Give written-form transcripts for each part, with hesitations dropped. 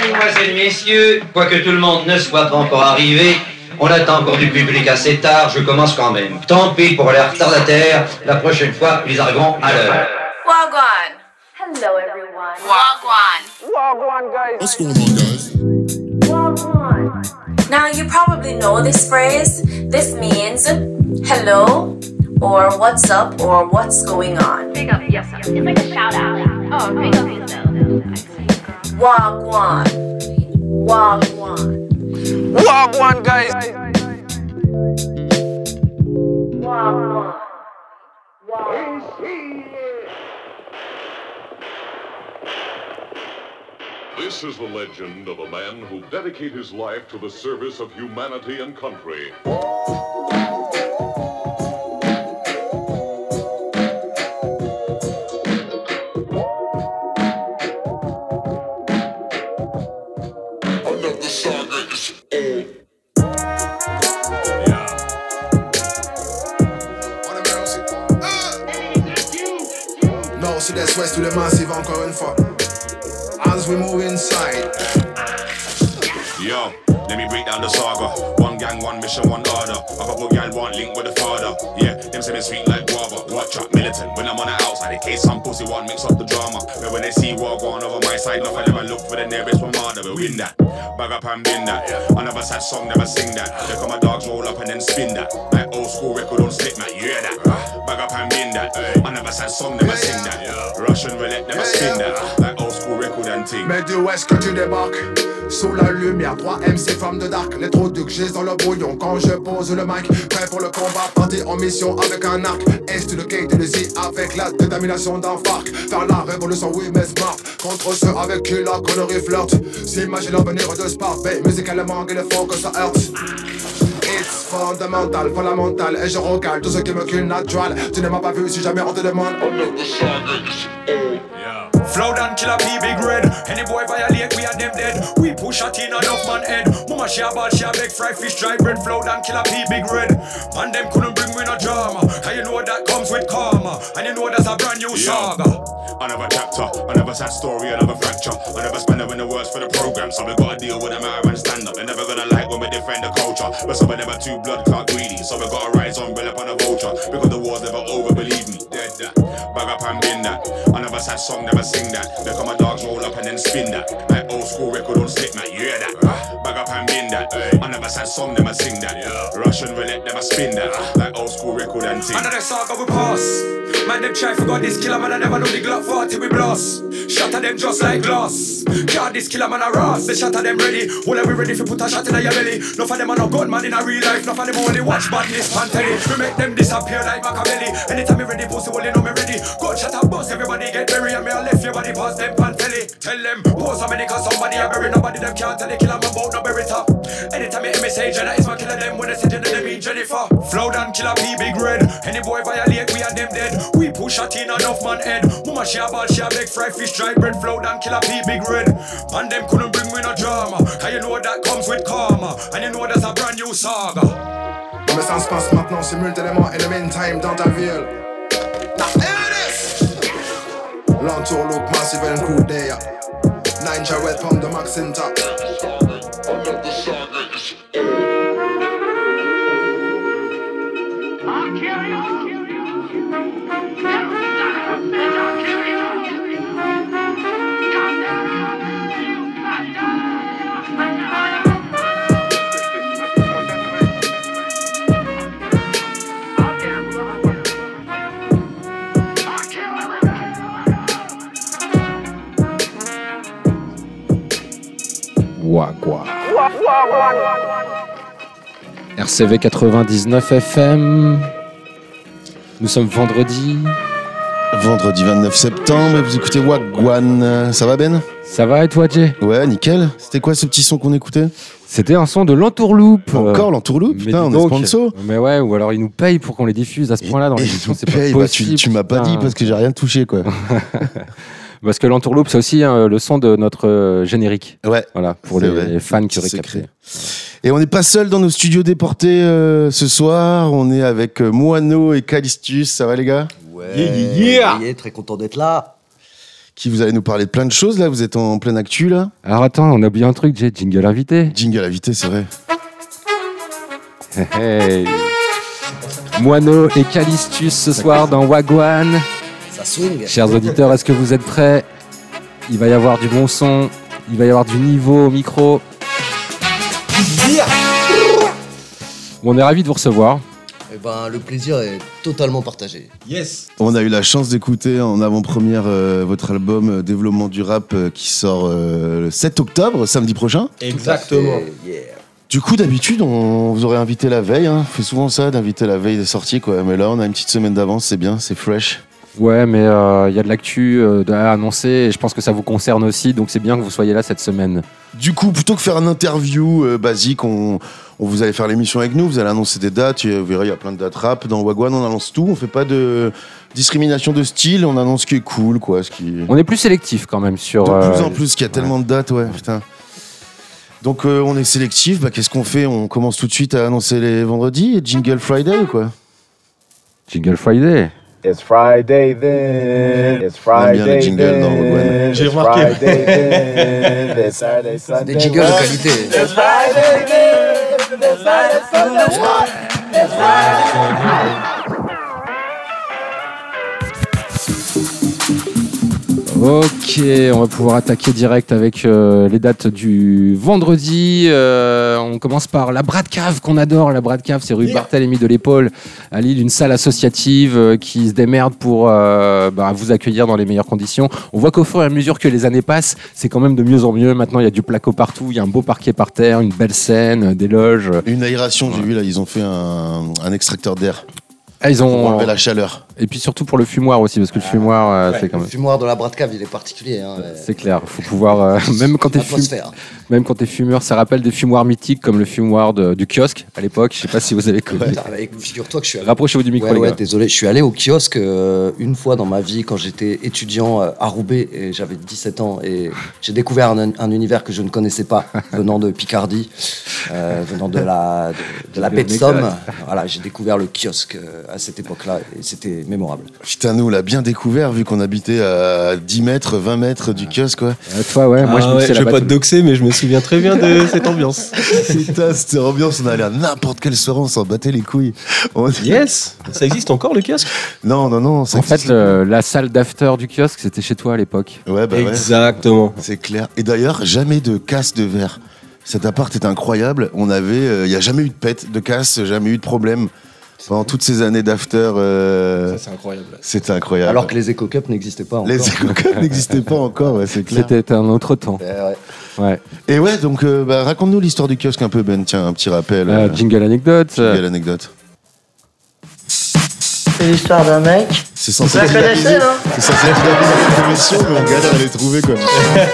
Mesdemoiselles, messieurs, quoique tout le monde ne soit pas encore arrivé, on attend encore du public assez tard, je commence quand même. Tant pis pour les retardataires, la prochaine fois, ils arriveront à l'heure. Wagwan. Hello everyone. Wagwan. Wagwan, guys. What's going on, guys? Wagwan. Now you probably know this phrase. This means hello or what's up or what's going on. Big up yourself. It's like a shout out. Oh, big up yourself. Wagwan. Wagwan. Wagwan, guys. Wagwan. Wagwan. This is the legend of a man who dedicated his life to the service of humanity and country. Another saga is old. Nord, sud-est, ouest, tous les massifs encore une fois. As we move inside. Yo, let me break down the saga. One gang, one mission, one order. A couple gal want link with the father. Yeah, them say me sweet like guava. Watch out, militant. When I'm on the outside, in case some pussy want mix up the drama. But when they see war going over my side, nothing never look for the nearest one mother. We win that. Bag up and bin that. Another sad song, never sing that. They come my dogs roll up and then spin that. Like old school record on slip, man. You hear that? Bag up and bin that. Another sad song, never sing that. Russian roulette, never spin that. Like old school record and ting. Mais d'où est-ce que tu débarques? Sous la lumière, 3 MC femmes de dark. Les trous du que dans le brouillon quand je pose le mic. Prêt pour le combat, parti en mission avec un arc. Est to the gate de l'usine avec la détermination d'un FARC. Faire la révolution, oui mais smart. Contre ceux avec qui la connerie flirte. S'imagine l'avenir de Sparte. Mais musicalement, il faut que ça heurte. It's fondamental, fondamental. Et je recale tout ce qui me cule natural. Tu ne m'as pas vu si jamais on te demande. Another saga is old. Flow down, killer P, big red. Any boy violate, we are them dead. We push a tin enough man head. Mama she a ball, she a beg fried fish, dry bread. Flow down, killer P, big red. Man them couldn't bring me no drama. And you know that comes with karma. And you know that's a brand new saga. Another chapter, another sad story, another fracture. Another spanner in the words for the program. So we gotta deal with them out and stand up. They're never gonna like when we defend the culture. But some of them are too blood clot greedy. So we gotta rise on, build up on a vulture. Because the war's never over, believe me. Dead that. Bag up and bin that. Another sad song, never sing that. They come my dogs roll up and then spin that. Like old school record on slip, man. You hear that? Bag up and bin that. Another sad song, never sing that. Russian roulette, never spin that. Like old school record and ting. Another saga we pass. Man them try forgot this killer man I never know the Glock 40 we blast. Shatter them just like glass. God this killer man a ras. They shatter them ready. All we ready for put a shot in your belly. None of them are no gunman in a real life. None of them only watch badness pan telly. We make them disappear like Machiavelli. Anytime me ready, pussy well you know me ready. Gunshot and bust everybody get buried. And me I left your body past them pan telly. Tell them pose how many cause somebody a bury. Nobody them can't tell the killer man about no bury top. Anytime you hear me say Jenna is my killer them. When they say Jenna they mean Jennifer. Flow down killer P big red. Any boy violate we are them dead. We push a tin enough man head. Mama she a ball she a beg fried fish dry bread. Flow down killer P big red. Man them couldn't bring me no drama. And you know that comes with karma. And you know that's a brand new saga. Mais ça se passe maintenant simultanément in the meantime dans ta ville. Now here it is. L'entourloupe massive and cool there. 9 Jarrett pound the max in top. Another saga is old. I'll kill you. I'll kill you. Wagwan. RCV 99 FM. Nous sommes vendredi 29 septembre et vous écoutez Wagwan. Ça va Ben? Ça va et toi Jay? Ouais, nickel. C'était quoi ce petit son qu'on écoutait? C'était un son de l'entourloupe. Encore l'entourloupe? Putain, on est sponsor. Mais ouais, ou alors ils nous payent pour qu'on les diffuse à ce point-là dans l'émission. C'est pas possible. Tu m'as pas dit parce que j'ai rien touché quoi. Parce que l'entourloupe, c'est aussi le son de notre générique. Ouais. Voilà, pour les fans qui auraient capté. Et on n'est pas seul dans nos studios déportés ce soir. On est avec Moano et Calistus. Ça va les gars? Ouais. Yeah. Très content d'être là. qui vous allez nous parler de plein de choses là. Vous êtes en pleine actu là. Alors attends, on a oublié un truc, j'ai jingle invité. Jingle invité, c'est vrai. Hey. Moineau et Calistus ce soir dans Wagwan. Ça swing. Chers auditeurs, est-ce que vous êtes prêts? Il va y avoir du bon son, il va y avoir du niveau au micro. Bon, on est ravis de vous recevoir. Eh ben, le plaisir est totalement partagé. Yes. On a eu la chance d'écouter en avant-première votre album Développement du rap qui sort le 7 octobre, samedi prochain. Exactement. Yeah. Du coup, d'habitude, on vous aurait invité la veille. Hein. On fait souvent ça, d'inviter la veille des sorties, quoi. Mais là, on a une petite semaine d'avance, c'est bien, c'est fresh. Ouais, mais il y a de l'actu à annoncer et je pense que ça vous concerne aussi, donc c'est bien que vous soyez là cette semaine. Du coup, plutôt que faire une interview basique, on vous allez faire l'émission avec nous, vous allez annoncer des dates, vous verrez, il y a plein de dates rap. Dans Wagwan, on annonce tout, on fait pas de discrimination de style, on annonce ce qui est cool, quoi. On est plus sélectif quand même sur... De plus en plus, qu'il y a tellement de dates, ouais, putain. Donc on est sélectif, qu'est-ce qu'on fait? On commence tout de suite à annoncer les vendredis, Jingle Friday ou quoi? Jingle Friday. It's Friday then. It's Friday then. J'ai remarqué. C'est des jingles de qualité. It's Friday then. It's Friday Sunday. It's Friday. Ok, on va pouvoir attaquer direct avec les dates du vendredi. On commence par la Brat Cave qu'on adore. La Brat Cave, c'est rue Barthélemy de l'Épaule à Lille, une salle associative qui se démerde pour vous accueillir dans les meilleures conditions. On voit qu'au fur et à mesure que les années passent, c'est quand même de mieux en mieux. Maintenant, il y a du placo partout, il y a un beau parquet par terre, une belle scène, des loges. Une aération, j'ai vu là, ils ont fait un extracteur d'air. Ah, ils ont enlevé la chaleur. Et puis surtout pour le fumoir aussi, parce que le fumoir, c'est quand même. Le fumoir de la Brat Cave, il est particulier. Hein, c'est clair, faut pouvoir même quand t'es fumeur, ça rappelle des fumoirs mythiques comme le fumoir du kiosque à l'époque. Je sais pas si vous avez connu. Figure-toi que je suis allé... Rapprochez-vous du micro, les gars. Désolé, je suis allé au kiosque une fois dans ma vie quand j'étais étudiant à Roubaix et j'avais 17 ans et j'ai découvert un univers que je ne connaissais pas venant de Picardie, venant de la baie de Somme. Voilà, j'ai découvert le kiosque à cette époque-là et c'était mémorable. Putain, nous on l'a bien découvert vu qu'on habitait à 10 mètres, 20 mètres du kiosque, quoi. Toi, ouais, moi je vais pas te doxer, mais je me souviens très bien de cette ambiance. Putain, cette ambiance, on allait à n'importe quelle soirée, on s'en battait les couilles. Yes, ça existe encore le kiosque? Non. En fait, la salle d'after du kiosque, c'était chez toi à l'époque. Ouais, exactement. Ouais, c'est clair. Et d'ailleurs, jamais de casse de verre. Cet appart est incroyable. On avait, il y a jamais eu de pète, de casse, jamais eu de problème. Pendant toutes ces années d'after, ça c'est incroyable. C'était incroyable. Alors que les Eco-Cups n'existaient pas encore. Les Eco-Cups n'existaient pas encore, ouais, c'est clair. C'était un autre temps. Ouais. Et ouais, donc raconte-nous l'histoire du kiosque un peu, Ben. Tiens, un petit rappel. Jingle anecdote. Jingle anecdote. C'est l'histoire d'un mec. C'est censé Vous la connaissez, non? C'est censé être une émission, mais on galère à les trouver, quoi.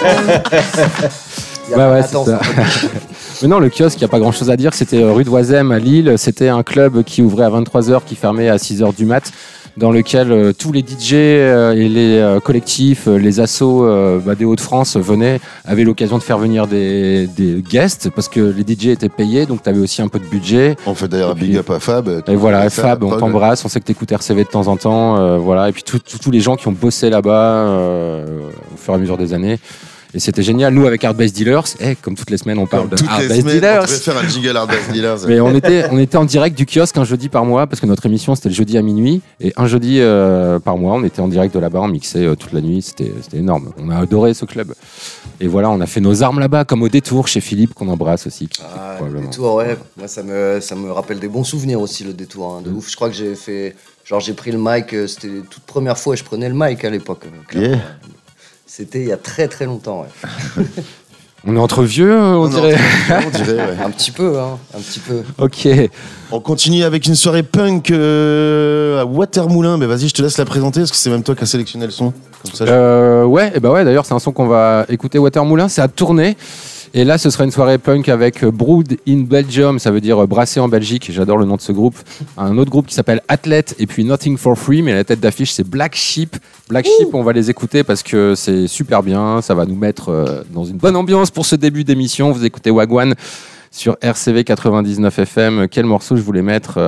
Ouais, c'est ça. Mais non, le kiosque, il n'y a pas grand chose à dire. C'était rue de Oisem à Lille. C'était un club qui ouvrait à 23h, qui fermait à 6h du mat, dans lequel tous les DJ et les collectifs, les assos des Hauts-de-France venaient, avaient l'occasion de faire venir des guests, parce que les DJ étaient payés, donc tu avais aussi un peu de budget. On fait d'ailleurs un big up à Fab. Et voilà, Fab, on t'embrasse, on sait que t'écoutes RCV de temps en temps. Voilà. Et puis tous les gens qui ont bossé là-bas au fur et à mesure des années. Et c'était génial. Nous, avec Hard Bass Dealers, comme toutes les semaines, on parle de Hard Bass Dealers. On devrait faire un jingle Hard Bass Dealers. Mais on était en direct du kiosque un jeudi par mois, parce que notre émission, c'était le jeudi à minuit. Et un jeudi par mois, on était en direct de là-bas, on mixait toute la nuit. C'était énorme. On a adoré ce club. Et voilà, on a fait nos armes là-bas, comme au Détour, chez Philippe, qu'on embrasse aussi. Le Détour, ouais. Moi, ça me rappelle des bons souvenirs aussi, le Détour. Hein, de ouf. Je crois que j'ai fait... Genre, j'ai pris le mic, c'était la toute première fois, je prenais le mic à l'époque. C'était il y a très très longtemps, ouais. On est entre vieux, on dirait. On dirait, ouais. Un petit peu, hein. Un petit peu. Ok. On continue avec une soirée punk à Watermoulin. Mais vas-y, je te laisse la présenter, parce que c'est même toi qui as sélectionné le son. Comme ça, ouais, d'ailleurs, c'est un son qu'on va écouter, Watermoulin. C'est à tourner. Et là, ce sera une soirée punk avec Brewed in Belgium, ça veut dire brassé en Belgique. J'adore le nom de ce groupe. Un autre groupe qui s'appelle Athlete et puis Nothing for Free, mais la tête d'affiche, c'est Black Sheep. Black Sheep, on va les écouter parce que c'est super bien. Ça va nous mettre dans une bonne ambiance pour ce début d'émission. Vous écoutez Wagwan sur RCV 99 FM. Quel morceau je voulais mettre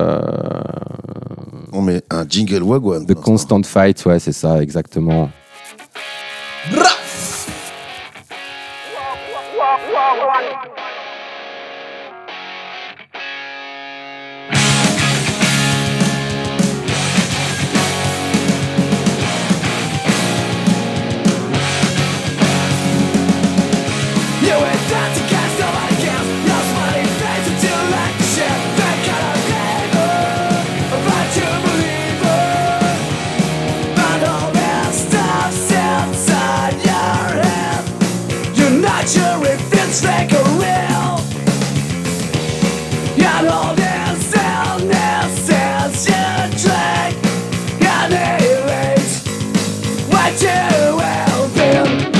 On met un jingle Wagwan. The Constant Fight, ouais, c'est ça, exactement. Brrr. You went down to cast nobody cares. Your smiling face until like the shit. That kind of flavor about your believer. But all that stuff's inside your head. You're not sure if it's fake or real. Yet all this illnesses you drink annihilates what you have been.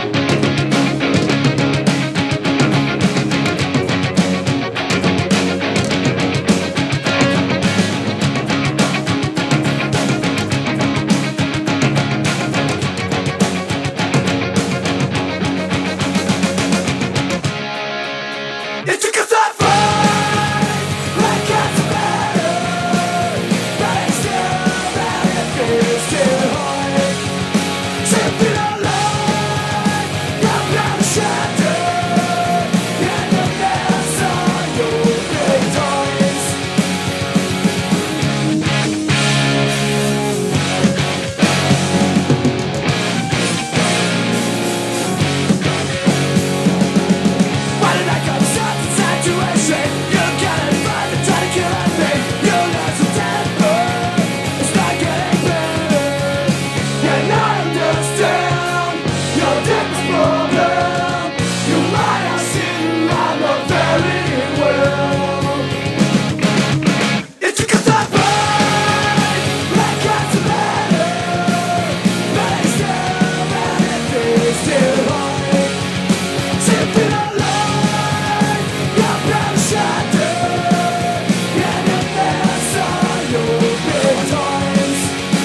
It took us that far, like it's better, but it's still bad, it feels too hard. Tripping alone, you're not shattered, and the mess on your big toys. Why did I come such a situation? You got it right to try to kill me. You lost a temper. It's not getting better. And I understand your deepest problem. You might have seen I'm not very well. It took us that far, like it's better, but it's still bad, it feels too hard. Tripping alone, you're not shattered, and the mess on your big toys.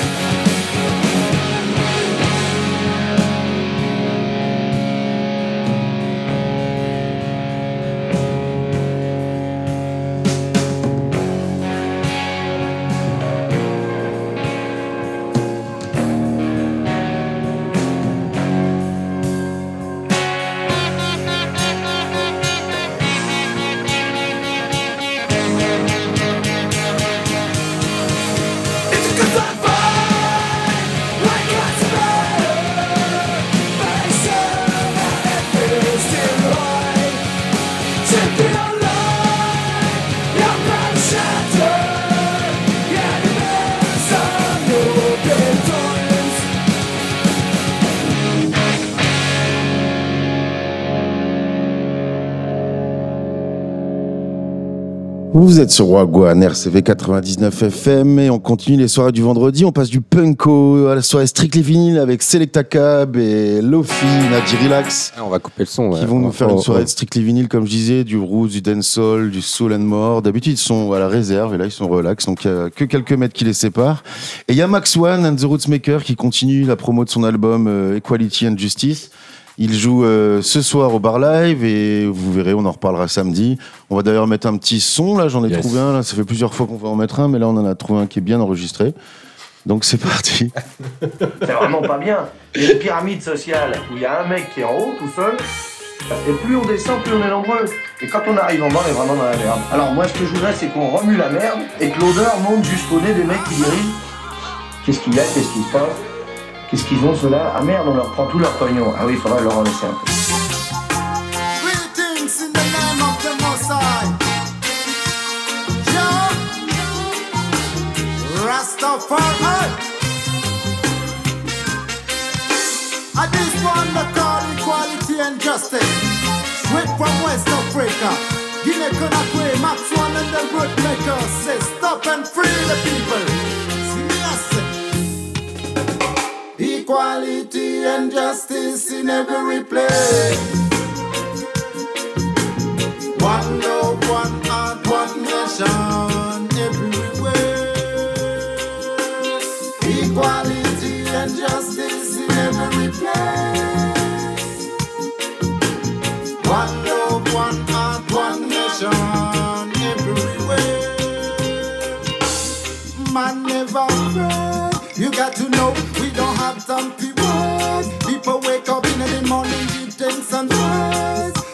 It took us that far, like it's better, but it's still bad, it feels too hard. Tripping alone, you're not shattered, and the mess on your big toys. Vous êtes sur Wagwan, RCV 99 FM et on continue les soirées du vendredi. On passe du punko à la soirée Strictly Vinyl avec Selecta Cab et Lofi, Nadi Relax. On va couper le son. Qui vont nous faire une soirée de Strictly Vinyl, comme je disais, du roots, du dancehall, du soul and more. D'habitude, ils sont à la réserve et là, ils sont relax. Donc, il n'y a que quelques mètres qui les séparent. Et il y a Max One and the Rootsmaker qui continue la promo de son album Equality and Justice. Il joue ce soir au bar live et vous verrez, on en reparlera samedi. On va d'ailleurs mettre un petit son, là, j'en ai trouvé un, là, ça fait plusieurs fois qu'on va en mettre un, mais là on en a trouvé un qui est bien enregistré. Donc c'est parti. C'est vraiment pas bien. Il y a une pyramide sociale où il y a un mec qui est en haut tout seul, et plus on descend, plus on est nombreux. Et quand on arrive en bas, on est vraiment dans la merde. Alors moi ce que je voudrais, c'est qu'on remue la merde et que l'odeur monte jusqu'au nez des mecs qui dirigent. Qu'est-ce qu'il y a, qu'est-ce qui se passe? Qu'est-ce qu'ils ont ceux-là? Ah merde, on leur prend tout leur pognon. Ah oui, il faudrait leur en laisser un peu. Greetings in the name of the Most High. Jah Rastafari. I this one that call equality and justice. Straight from West Africa. Guinea-Conakry, Max One and the Rootmaker say stop and free the people. Seriously. Equality and justice in every place. One love, one heart, one nation everywhere. Equality and justice in every place. One love, one heart, one nation everywhere. Man never afraid. You got to know we don't have time to work. People wake up in the morning, eat things and rise.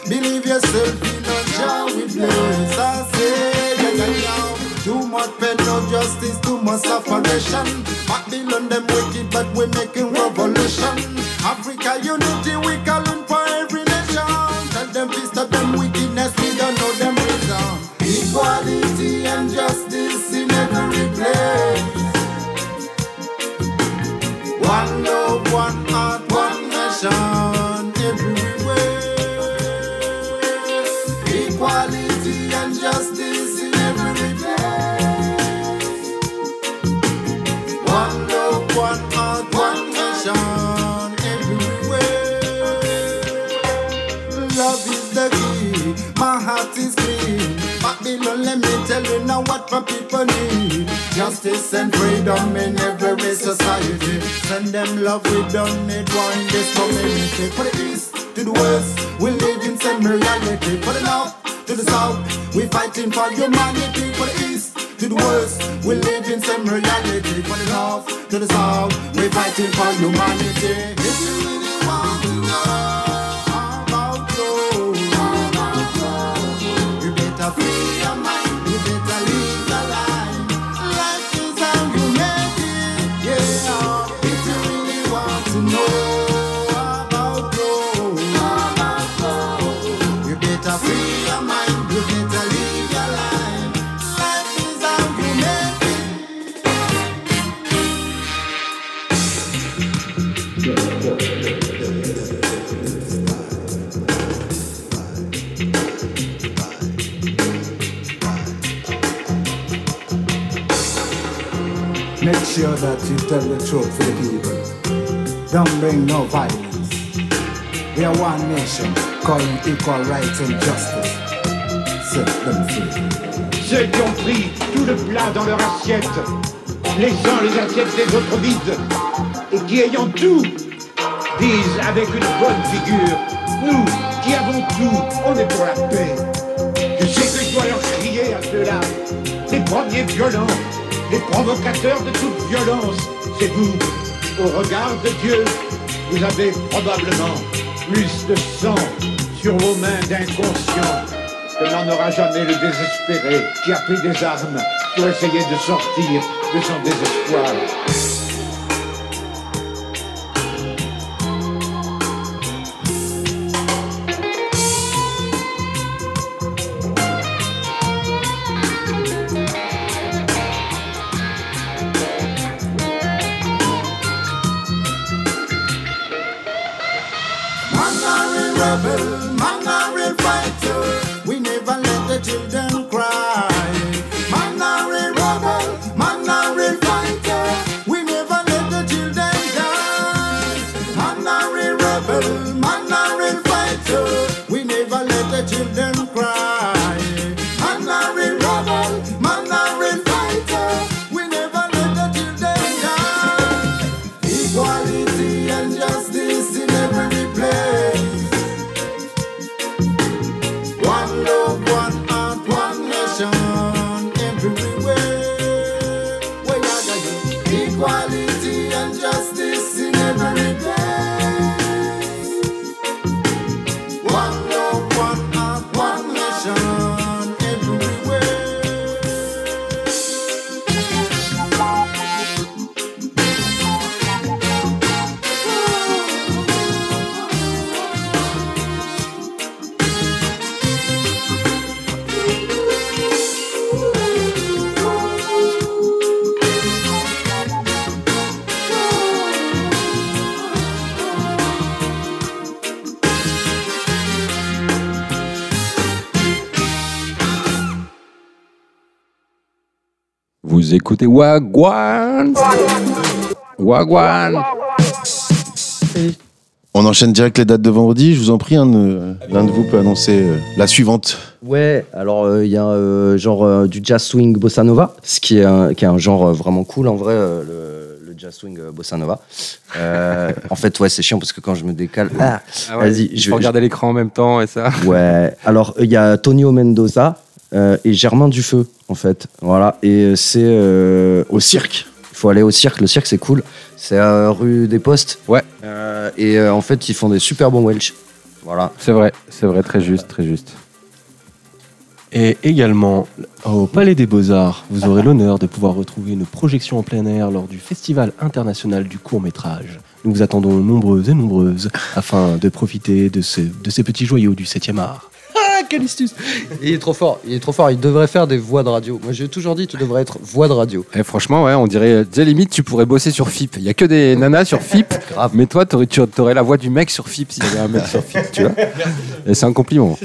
leave yourself in a jar with bless. I say, yeah. Too much pain, no justice, too much separation. Babylon them wicked, but we're making revolution. Africa unity, we calling for every nation. Tell them to stop them wickedness, we don't know them reason. Equality and justice in every place. One love, one heart, one nation, everywhere. Equality and justice in every place. One love, one heart, one nation, everywhere. Love is the key, my heart is clean. Babylon, let me tell you now what my people need. Justice and freedom in every society. Send them love, we don't need war in this community. For the east to the west, we live in same reality. For the north to the south, we fighting for humanity. For the east to the west, we live in same reality. For the north to the south, we fighting for humanity. If you really want to know about love, you better free your mind, you better live the life. Life is how you make it, yeah. If you really want to know about love, you better free your mind, you better live your life. Life is how you make Make sure that you tell the truth to the people. Don't bring no violence. We are one nation, calling equal rights and justice. Set them free. Ceux qui ont pris tout le plat dans leur assiette, les uns les assiettes des autres vides, et qui ayant tout, disent avec une bonne figure, nous qui avons tout, on est pour la paix. Je sais que je dois leur crier à ceux-là, les premiers violents, les provocateurs de toute violence, c'est vous. Au regard de Dieu, vous avez probablement plus de sang sur vos mains d'inconscients que n'en aura jamais le désespéré qui a pris des armes pour essayer de sortir de son désespoir. Man a real fighter, we never let the children cry. Man a real rebel, man a real fighter, we never let the children die. Man a real rebel, man a real fighter, we never let the children cry. Man a real rebel, man a real fighter, we never let the children die. Equality and justice in every place. One love, one heart, one nation, everywhere. Where you equality and justice in every place. One love, one heart, one nation, everywhere. Vous écoutez Wagwan. Wagwan. On enchaîne direct les dates de vendredi. Je vous en prie, l'un de vous peut annoncer la suivante. Ouais, alors il y a genre du jazz swing bossa nova, ce qui est un genre vraiment cool en vrai, le jazz swing bossa nova. En fait, ouais, c'est chiant parce que quand je me décale, Ah ouais, vas-y, je vais regarder l'écran en même temps et ça. Ouais, alors il y a Tonio Mendoza et Germain Dufeu en fait, voilà, et c'est au cirque. Il faut aller au cirque, le cirque c'est cool. C'est rue des Postes. Ouais. Et en fait, ils font des super bons Welsh. Voilà. C'est vrai, très juste, très juste. Et également, au Palais des Beaux-Arts, vous aurez l'honneur de pouvoir retrouver une projection en plein air lors du Festival international du court-métrage. Nous vous attendons nombreuses et nombreuses afin de profiter de ces petits joyaux du 7e art. Ah, Calistus! Il est trop fort, il devrait faire des voix de radio. Moi j'ai toujours dit tu devrais être voix de radio. Et franchement, ouais, on dirait, limite, tu pourrais bosser sur FIP. Il y a que des nanas sur FIP, mais toi, t'aurais la voix du mec sur FIP s'il y avait un mec sur FIP, tu vois. Et c'est un compliment.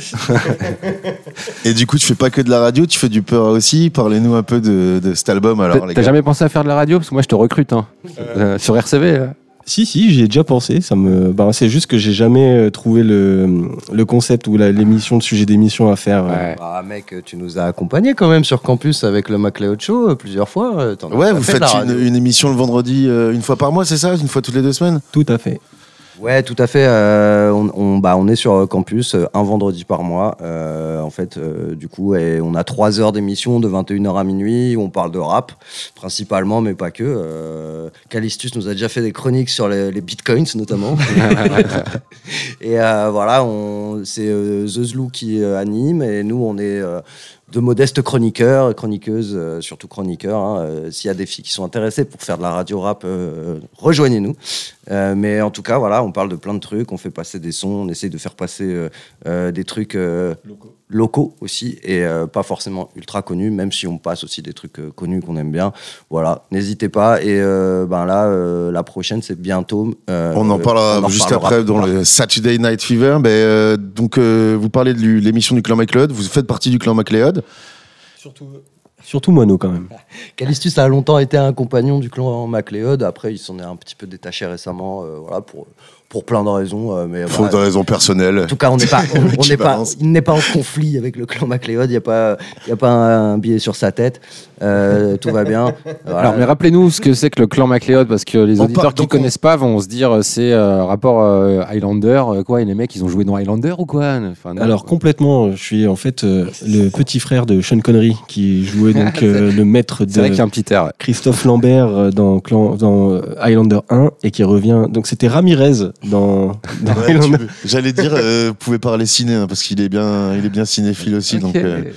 Et du coup, tu fais pas que de la radio, tu fais du peur aussi. Parlez-nous un peu de cet album. Alors, les T'as gars. jamais pensé à faire de la radio? Parce que moi, je te recrute, hein. Sur RCV, là. Si, j'y ai déjà pensé. C'est juste que j'ai jamais trouvé le concept ou l'émission, le sujet d'émission à faire. Ouais. Ah mec, tu nous as accompagnés quand même sur campus avec le MacLeod Show plusieurs fois. Ouais, vous faites une émission le vendredi une fois par mois, c'est ça? Une fois toutes les 2 semaines? Tout à fait. Ouais, tout à fait. On est sur campus un vendredi par mois. En fait, du coup, et on a 3 heures d'émission de 21h à minuit où on parle de rap, principalement, mais pas que. Calistus nous a déjà fait des chroniques sur les bitcoins, notamment. Et voilà, c'est The Zlou qui anime et nous, on est de modestes chroniqueurs, chroniqueuses, surtout chroniqueurs. Hein. S'il y a des filles qui sont intéressées pour faire de la radio rap, rejoignez-nous. Mais en tout cas, voilà, on parle de plein de trucs, on fait passer des sons, on essaye de faire passer des trucs locaux aussi, et pas forcément ultra connus, même si on passe aussi des trucs connus qu'on aime bien. Voilà, n'hésitez pas. Et la prochaine, c'est bientôt. On en parlera juste après dans le Saturday Night Fever. Donc, vous parlez de l'émission du Clan MacLeod, vous faites partie du Clan MacLeod. Surtout Moineau quand même. Calistus a longtemps été un compagnon du clan MacLeod. Après, il s'en est un petit peu détaché récemment, voilà, pour plein de raisons. Mais Pour des raisons personnelles. En tout cas, il n'est pas en conflit avec le clan MacLeod. Il n'y a pas un billet sur sa tête. Tout va bien. Voilà. Alors, mais rappelez-nous ce que c'est que le clan MacLeod, parce que les auditeurs qui ne connaissent pas vont se dire c'est rapport Highlander, quoi, et les mecs ils ont joué dans Highlander ou quoi? Enfin, non. Alors complètement, je suis en fait le petit frère de Sean Connery qui jouait donc le maître de c'est vrai qu'il y a un petit air. Christophe Lambert dans Highlander 1 et qui revient, donc c'était Ramirez dans Highlander. J'allais dire, vous pouvez parler ciné, hein, parce qu'il est bien cinéphile aussi. Okay. Donc,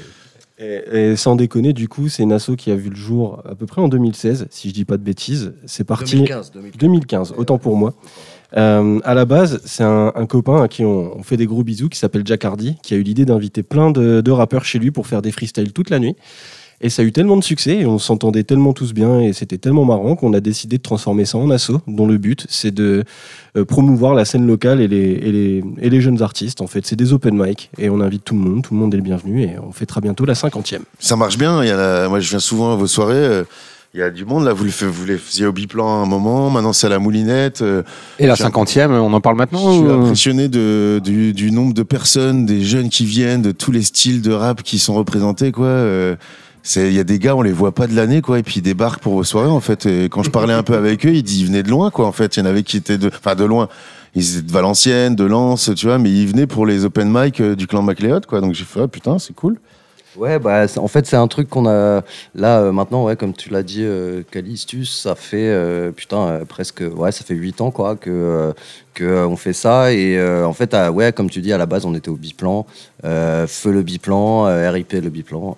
Et sans déconner, du coup, c'est une asso qui a vu le jour à peu près en 2016, si je dis pas de bêtises. C'est parti 2015, autant pour moi. À la base, c'est un copain à qui on fait des gros bisous, qui s'appelle Jack Hardy, qui a eu l'idée d'inviter plein de rappeurs chez lui pour faire des freestyles toute la nuit. Et ça a eu tellement de succès, et on s'entendait tellement tous bien, et c'était tellement marrant qu'on a décidé de transformer ça en asso, dont le but, c'est de promouvoir la scène locale et les jeunes artistes. En fait, c'est des open mic, et on invite tout le monde est le bienvenu, et on fêtera bientôt la 50e. Ça marche bien, moi je viens souvent à vos soirées, il y a du monde là, vous les faisiez au biplan à un moment, maintenant c'est à la Moulinette. Et la 50e, on en parle maintenant? Je suis impressionné du nombre de personnes, des jeunes qui viennent, de tous les styles de rap qui sont représentés, quoi. Il y a des gars, on les voit pas de l'année, quoi, et puis ils débarquent pour vos soirées, en fait. Et quand je parlais un peu avec eux, ils venaient de loin, quoi, en fait. Il y en avait qui étaient de loin. Ils étaient de Valenciennes, de Lens, tu vois, mais ils venaient pour les open mic du clan MacLeod, quoi. Donc j'ai fait, putain, c'est cool. Ouais, en fait, c'est un truc qu'on a là maintenant, ouais, comme tu l'as dit, Calistus, ça fait presque, ouais, ça fait 8 ans, quoi, que on fait ça. Et en fait, ouais, comme tu dis, à la base, on était au biplan, Feu le biplan, RIP le biplan,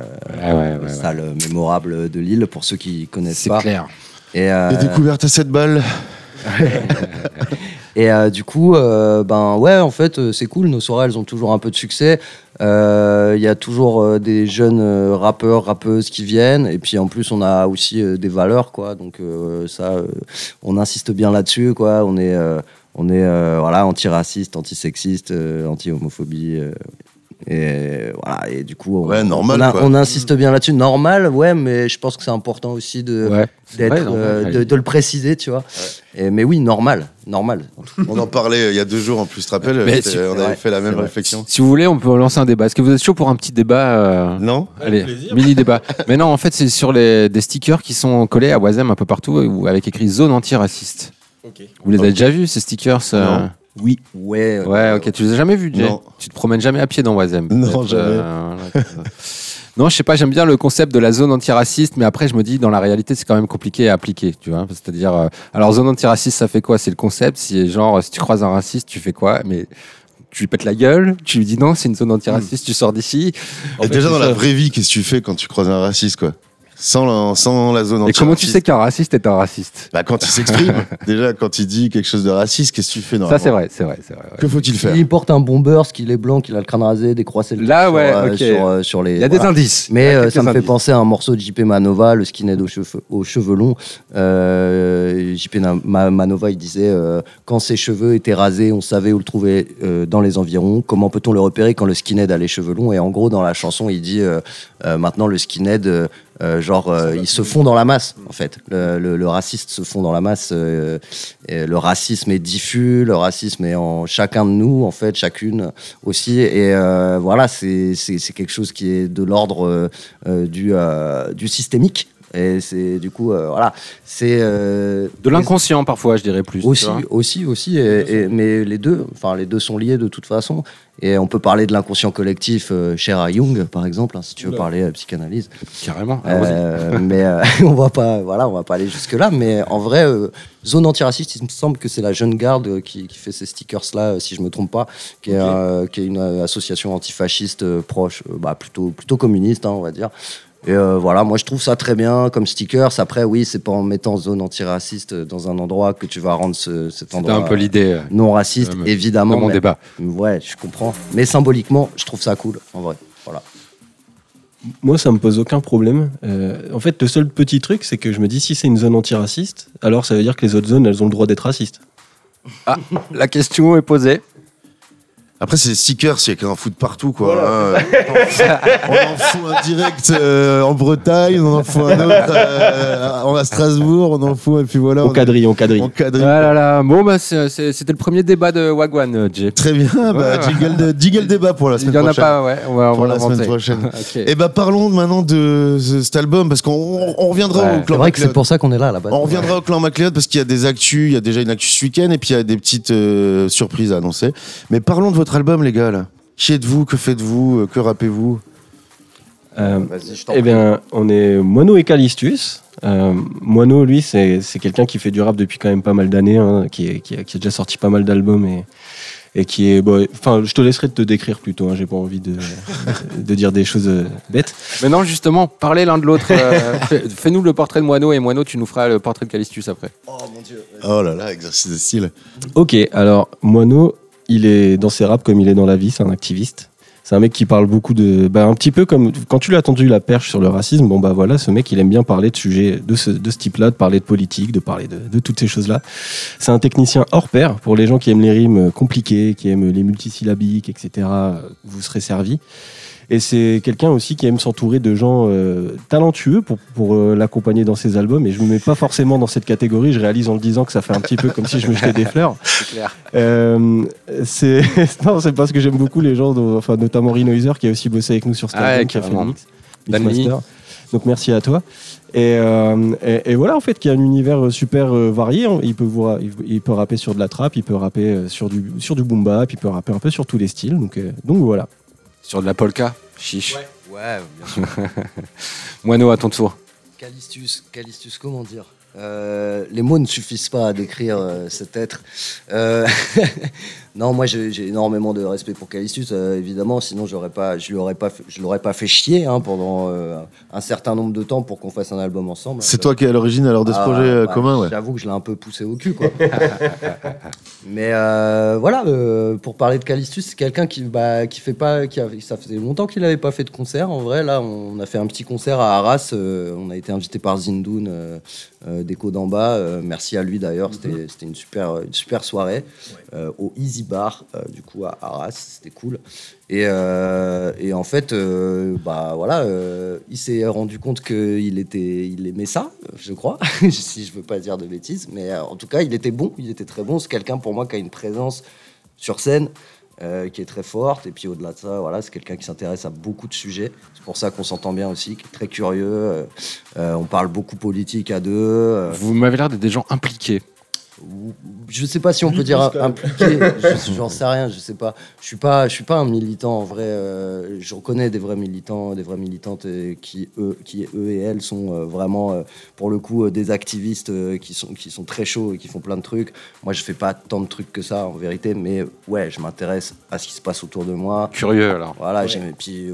salle mémorable de Lille pour ceux qui connaissent pas. C'est clair. Et découverte à 7 balles. Et du coup, ouais, en fait, c'est cool. Nos soirées, elles ont toujours un peu de succès. Il y a toujours des jeunes rappeurs, rappeuses qui viennent. Et puis en plus, on a aussi des valeurs, quoi. Donc ça, on insiste bien là-dessus, quoi. On est voilà, antiraciste, antisexiste, anti-homophobie. Et voilà, et du coup, on insiste bien là-dessus. Normal, ouais, mais je pense que c'est important aussi de le préciser, tu vois. Ouais. Mais oui, normal. On en parlait il y a 2 jours en plus, tu te rappelles? On avait fait la même réflexion. Si vous voulez, on peut lancer un débat. Est-ce que vous êtes chaud pour un petit débat? Non. Allez, mini débat. Mais non, en fait, c'est sur des stickers qui sont collés à Oisem un peu partout, avec écrit zone antiraciste. Okay. Vous les avez déjà vus, ces stickers? Non. Oui. Ouais, ok. Tu les as jamais vus, Jay? Non. Tu te promènes jamais à pied dans Oisem? Non, jamais. Non, je sais pas, j'aime bien le concept de la zone antiraciste, mais après, je me dis, dans la réalité, c'est quand même compliqué à appliquer, tu vois. C'est-à-dire, alors, zone antiraciste, ça fait quoi? C'est le concept. Si tu croises un raciste, tu fais quoi? Mais tu lui pètes la gueule, tu lui dis non, c'est une zone antiraciste, tu sors d'ici. Et déjà, dans la vraie vie, qu'est-ce que tu fais quand tu croises un raciste, quoi? Sans la zone antiraciste. Et comment tu sais qu'un raciste est un raciste? Bah, quand il s'exprime. Déjà, quand il dit quelque chose de raciste, qu'est-ce que tu fais normalement? Ça, c'est vrai. Ouais. Que faut-il faire? Il porte un bomber, qu'il est blanc, qu'il a le crâne rasé, des croix celtiques. Là, ok. Sur les, il y a des indices. Mais ça me fait penser à un morceau de JP Manova, le skinhead aux cheveux longs. JP Manova, il disait quand ses cheveux étaient rasés, on savait où le trouver dans les environs. Comment peut-on le repérer quand le skinhead a les cheveux longs? Et en gros, dans la chanson, il dit maintenant le skinhead. Ils se font dans la masse, en fait. Le raciste se fond dans la masse. Et le racisme est diffus, le racisme est en chacun de nous, en fait, chacune aussi. Et voilà, c'est quelque chose qui est de l'ordre du systémique. Et c'est du coup, voilà, c'est de l'inconscient parfois, je dirais plus. Aussi. Mais les deux sont liés de toute façon. Et on peut parler de l'inconscient collectif, cher à Jung, par exemple, si tu veux parler psychanalyse. Carrément. Mais on va pas aller jusque là. Mais en vrai, zone antiraciste, il me semble que c'est la Jeune Garde qui fait ces stickers là, si je me trompe pas, qui est une association antifasciste proche, plutôt communiste, on va dire. Et voilà, moi je trouve ça très bien comme stickers. Après, oui, c'est pas en mettant zone antiraciste dans un endroit que tu vas rendre cet endroit un peu l'idée, non raciste, évidemment. De mon débat. Ouais, je comprends. Mais symboliquement, je trouve ça cool, en vrai. Voilà. Moi, ça me pose aucun problème. En fait, le seul petit truc, c'est que je me dis, si c'est une zone antiraciste, alors ça veut dire que les autres zones, elles ont le droit d'être racistes. Ah, la question est posée. Après, c'est des stickers, il y a qu'à en foutre partout, quoi. Voilà. On en fout un direct en Bretagne, on en fout un autre à Strasbourg, on en fout, et puis voilà. On quadrille. Ah là là. Bon, bah, c'était le premier débat de Wagwan, Jay. Très bien, jingle débat pour la semaine prochaine. Il n'y en a pas, ouais. On va la semaine prochaine. Okay. Et parlons maintenant de cet album, parce qu'on reviendra au Clan MacLeod. C'est vrai que c'est pour ça qu'on est là, à la base. On reviendra au Clan MacLeod, parce qu'il y a des actus, il y a déjà une actu ce week-end, et puis il y a des petites surprises à annoncer. Mais parlons de votre album, les gars, là. Qui êtes-vous? Que faites-vous? Que rappez-vous? Eh bien, on est Moineau et Callistus. Moineau, lui, c'est quelqu'un qui fait du rap depuis quand même pas mal d'années, hein, qui a déjà sorti pas mal d'albums et qui est... Enfin, je te laisserai te décrire plutôt, hein, j'ai pas envie de dire des choses bêtes. Mais non, justement, parlez l'un de l'autre. Fais-nous le portrait de Moineau, et Moineau, tu nous feras le portrait de Callistus après. Oh mon Dieu. Oh là là, exercice de style. Ok, alors, Moineau, il est dans ses raps comme il est dans la vie, c'est un activiste. C'est un mec qui parle beaucoup de... un petit peu comme... Quand tu lui as tendu la perche sur le racisme, voilà, ce mec, il aime bien parler de sujets de ce type-là, de parler de politique, de parler de toutes ces choses-là. C'est un technicien hors pair. Pour les gens qui aiment les rimes compliquées, qui aiment les multisyllabiques, etc., vous serez servis. Et c'est quelqu'un aussi qui aime s'entourer de gens talentueux pour l'accompagner dans ses albums. Et je ne me mets pas forcément dans cette catégorie. Je réalise en le disant que ça fait un petit peu comme si je me jetais des fleurs. C'est clair. Non, c'est parce que j'aime beaucoup les gens, notamment Renoiser qui a aussi bossé avec nous sur cet album, qui a fait un mix master. Donc merci à toi. Et voilà, en fait, qu'il y a un univers super varié. Il peut rapper sur de la trap, il peut rapper sur du boom bap, il peut rapper un peu sur tous les styles. Donc voilà. Sur de la polka, chiche. Ouais, bien sûr. Moineau, à ton tour. Callistus, comment dire? Les mots ne suffisent pas à décrire cet être. Non, moi j'ai énormément de respect pour Callistus, évidemment, sinon je l'aurais pas fait chier pendant un certain nombre de temps pour qu'on fasse un album ensemble. C'est toi qui es à l'origine alors de ce projet commun, ouais. J'avoue que je l'ai un peu poussé au cul, quoi. Mais voilà, pour parler de Callistus, c'est quelqu'un ça faisait longtemps qu'il n'avait pas fait de concert. En vrai, là, on a fait un petit concert à Arras. On a été invité par Zindoun, d'Echo d'en bas. Merci à lui d'ailleurs. C'était une super soirée au Easy Bar, du coup à Arras. C'était cool. Et en fait, voilà, il s'est rendu compte qu'il aimait ça, je crois, si je veux pas dire de bêtises. Mais en tout cas, il était bon, il était très bon. C'est quelqu'un pour moi qui a une présence sur scène qui est très forte. Et puis au-delà de ça, voilà, c'est quelqu'un qui s'intéresse à beaucoup de sujets. C'est pour ça qu'on s'entend bien aussi, qui est très curieux. On parle beaucoup politique à deux. Vous m'avez l'air d'être des gens impliqués. Je sais pas si on peut dire impliqué, j'en sais rien, je sais pas. Je suis pas un militant en vrai. Je reconnais des vrais militants, des vraies militantes qui eux et elles sont vraiment pour le coup des activistes qui sont très chauds et qui font plein de trucs. Moi, je fais pas tant de trucs que ça en vérité, mais ouais, je m'intéresse à ce qui se passe autour de moi. Curieux alors. Voilà, ouais. Et puis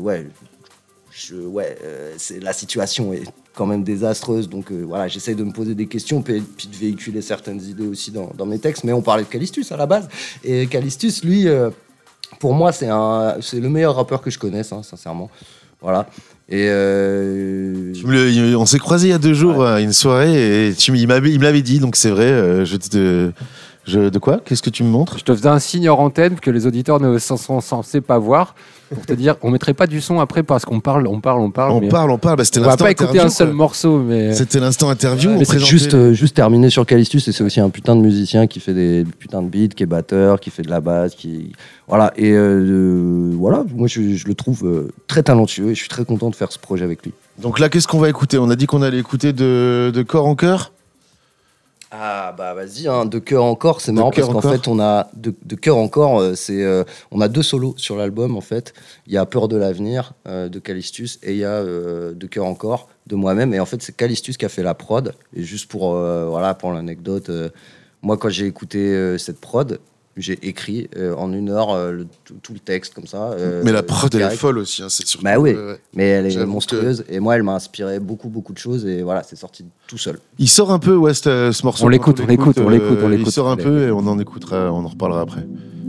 c'est la situation est quand même désastreuse, donc voilà, j'essaye de me poser des questions puis de véhiculer certaines idées aussi dans mes textes. Mais on parlait de Callistus à la base, et Callistus, lui, pour moi, c'est le meilleur rappeur que je connaisse, hein, sincèrement. Voilà. Et on s'est croisés il y a 2 jours à une soirée et il me l'avait dit, donc c'est vrai. De quoi ? Qu'est-ce que tu me montres ? Je te faisais un signe hors antenne que les auditeurs ne sont censés pas voir. Pour te dire, on mettrait pas du son après parce qu'on parle. On parle. Bah, c'était on va l'instant pas écouter un seul morceau, mais c'était l'instant interview. Mais c'est juste terminé sur Callistus, et c'est aussi un putain de musicien qui fait des putains de beats, qui est batteur, qui fait de la basse, voilà. Et voilà, moi je le trouve très talentueux et je suis très content de faire ce projet avec lui. Donc là, qu'est-ce qu'on va écouter ? On a dit qu'on allait écouter de Corps en Cœur. Ah bah vas-y, hein, de cœur encore, c'est marrant parce qu'en fait on a de cœur encore, on a 2 solos sur l'album en fait. Il y a Peur de l'avenir de Callistus et il y a de cœur encore de moi-même, et en fait c'est Callistus qui a fait la prod. Et juste pour l'anecdote, moi quand j'ai écouté cette prod, j'ai écrit en 1 heure tout le texte comme ça. Mais la prod elle est folle aussi, hein, c'est surtout. Bah oui, mais elle est monstrueuse et moi elle m'a inspiré beaucoup de choses, et voilà, c'est sorti tout seul. Il sort un peu, ce morceau. On l'écoute. Il sort un peu et on en écoutera, on en reparlera après.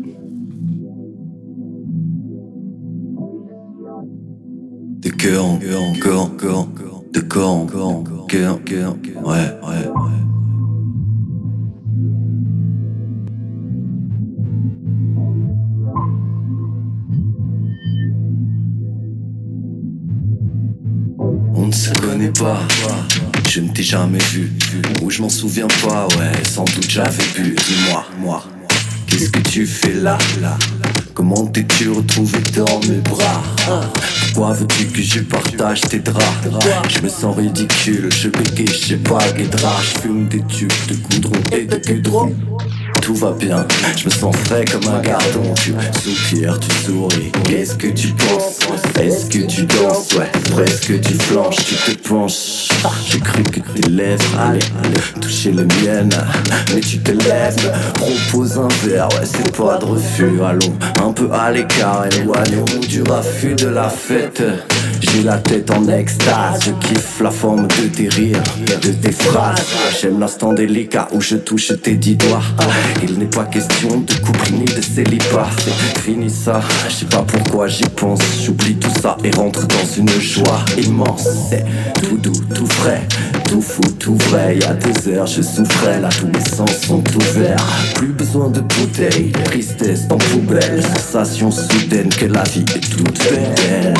De cœur encore, de corps encore, cœur, ouais. On ne se connaît pas, je ne t'ai jamais vu, ou je m'en souviens pas, ouais, sans doute j'avais bu. Dis-moi, qu'est-ce que tu fais là? Comment t'es-tu retrouvé dans mes bras? Pourquoi veux-tu que je partage tes draps? Je me sens ridicule, je bégaye, je sais pas guédra. Je fume des tubes de goudron et de goudron. Tout va bien, je me sens frais comme un gardon. Tu soupires, tu souris, qu'est-ce que tu penses? Est-ce que tu danses? Ouais, presque tu flanches, tu te penches. J'ai cru que tes lèvres allaient toucher les miennes, mais tu te lèves, propose un verre, ouais c'est pas de refus. Allons un peu à l'écart, éloignons du raffut de la fête. J'ai la tête en extase, je kiffe la forme de tes rires, de tes phrases. J'aime l'instant délicat où je touche tes 10 doigts. Il n'est pas question de couple ni de célibat. C'est fini ça, je sais pas pourquoi j'y pense. J'oublie tout ça et rentre dans une joie immense. C'est tout doux, tout frais, tout fou, tout vrai. Y'a 2 heures je souffrais, là tous mes sens sont ouverts. Plus besoin de bouteilles, tristesse en poubelle. Sensation soudaine que la vie est toute belle.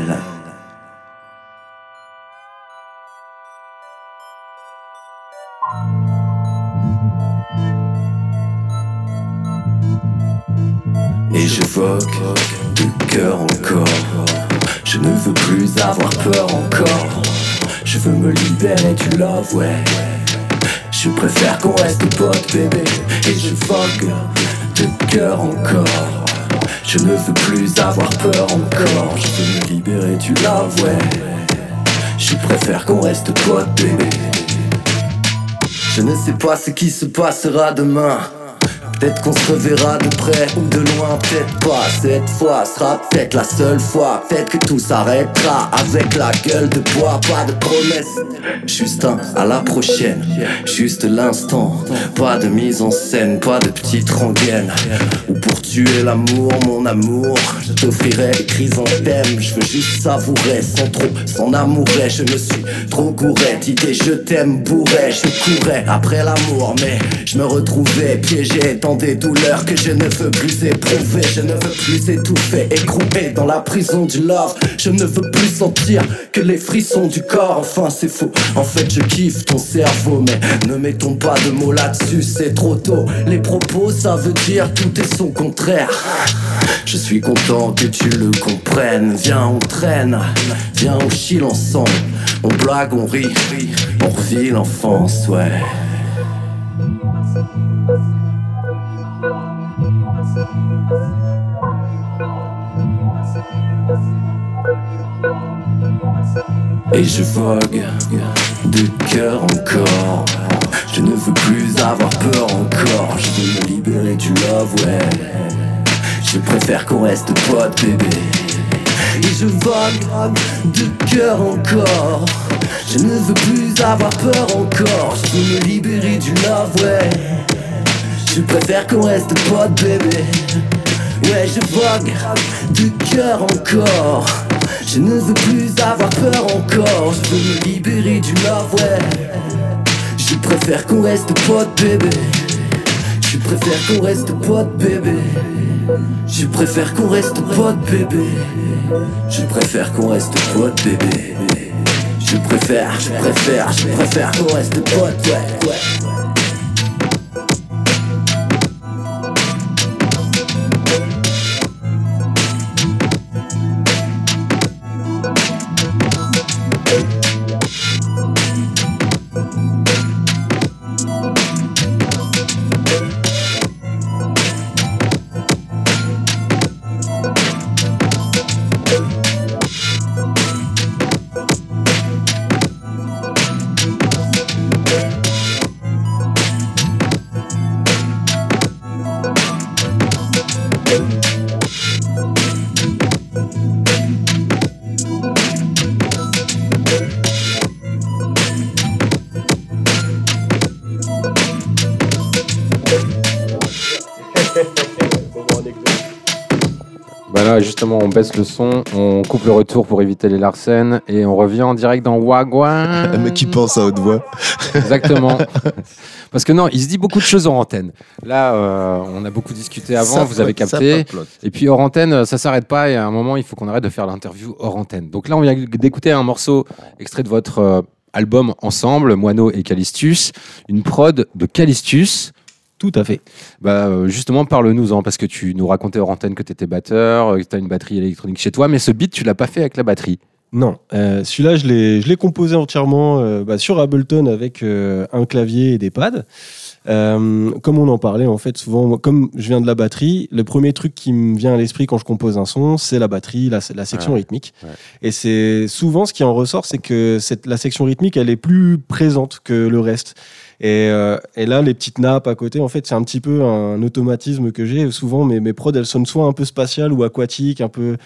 Et je vogue de cœur encore. Je ne veux plus avoir peur encore. Je veux me libérer du love, ouais. Je préfère qu'on reste potes, bébé. Et je vogue de cœur encore. Je ne veux plus avoir peur encore. Je veux me libérer du love, ouais. Je préfère qu'on reste potes, bébé. Je ne sais pas ce qui se passera demain. Peut-être qu'on se reverra de près ou de loin, peut-être pas. Cette fois sera peut-être la seule fois. Peut-être que tout s'arrêtera avec la gueule de bois. Pas de promesses, juste un à la prochaine. Juste l'instant, pas de mise en scène, pas de petite rengaine. Ou pour tuer l'amour, mon amour, je t'offrirai des chrysanthèmes. Je veux juste savourer, sans trop, sans amourer. Je me suis trop gouré d'idées, je t'aime bourré. Je courais après l'amour, mais je me retrouvais piégé dans des douleurs que je ne veux plus éprouver. Je ne veux plus étouffer, écroué dans la prison du love. Je ne veux plus sentir que les frissons du corps. Enfin c'est faux, en fait je kiffe ton cerveau. Mais ne mettons pas de mots là-dessus, c'est trop tôt. Les propos ça veut dire tout est son contraire. Je suis content que tu le comprennes. Viens on traîne, viens on chille ensemble. On blague, on rit, on revit l'enfance, ouais. Et je vogue de cœur encore. Je ne veux plus avoir peur encore. Je veux me libérer du love, ouais. Je préfère qu'on reste potes, bébé. Et je vogue de cœur encore. Je ne veux plus avoir peur encore. Je veux me libérer du love, ouais. Je préfère qu'on reste potes, bébé. Ouais, je vogue de cœur encore. Je ne veux plus avoir peur encore. Je veux me libérer du love, ouais. Je préfère qu'on reste potes, bébé. Je préfère qu'on reste potes, bébé. Je préfère qu'on reste potes, bébé. Je préfère qu'on reste potes, bébé. Je préfère qu'on reste potes, ouais, ouais. Voilà, justement, on baisse le son, on coupe le retour pour éviter les Larsen et on revient en direct dans Wagwan. Le mec qui pense à haute voix. Exactement. Parce que non, il se dit beaucoup de choses en antenne. Là, on a beaucoup discuté avant, Ça vous avez flotte, capté. ça flotte. Et puis hors antenne, ça s'arrête pas et à un moment, il faut qu'on arrête de faire l'interview hors antenne. Donc là, on vient d'écouter un morceau extrait de votre album Ensemble, Moineau et Callistus, une prod de Callistus. Tout à fait. Bah, justement, parle-nous-en, parce que tu nous racontais hors antenne que tu étais batteur, que tu as une batterie électronique chez toi, mais ce beat, tu l'as pas fait avec la batterie. Non, celui-là, je l'ai composé entièrement sur Ableton avec un clavier et des pads. Comme on en parlait, en fait, souvent, comme je viens de la batterie, le premier truc qui me vient à l'esprit quand je compose un son, c'est la batterie, la section rythmique. Ouais. Et c'est souvent ce qui en ressort, c'est que la section rythmique, elle est plus présente que le reste. Et là, les petites nappes à côté, en fait, c'est un petit peu un automatisme que j'ai. Souvent, mes prods, elles sonnent soit un peu spatiales ou aquatiques, un peu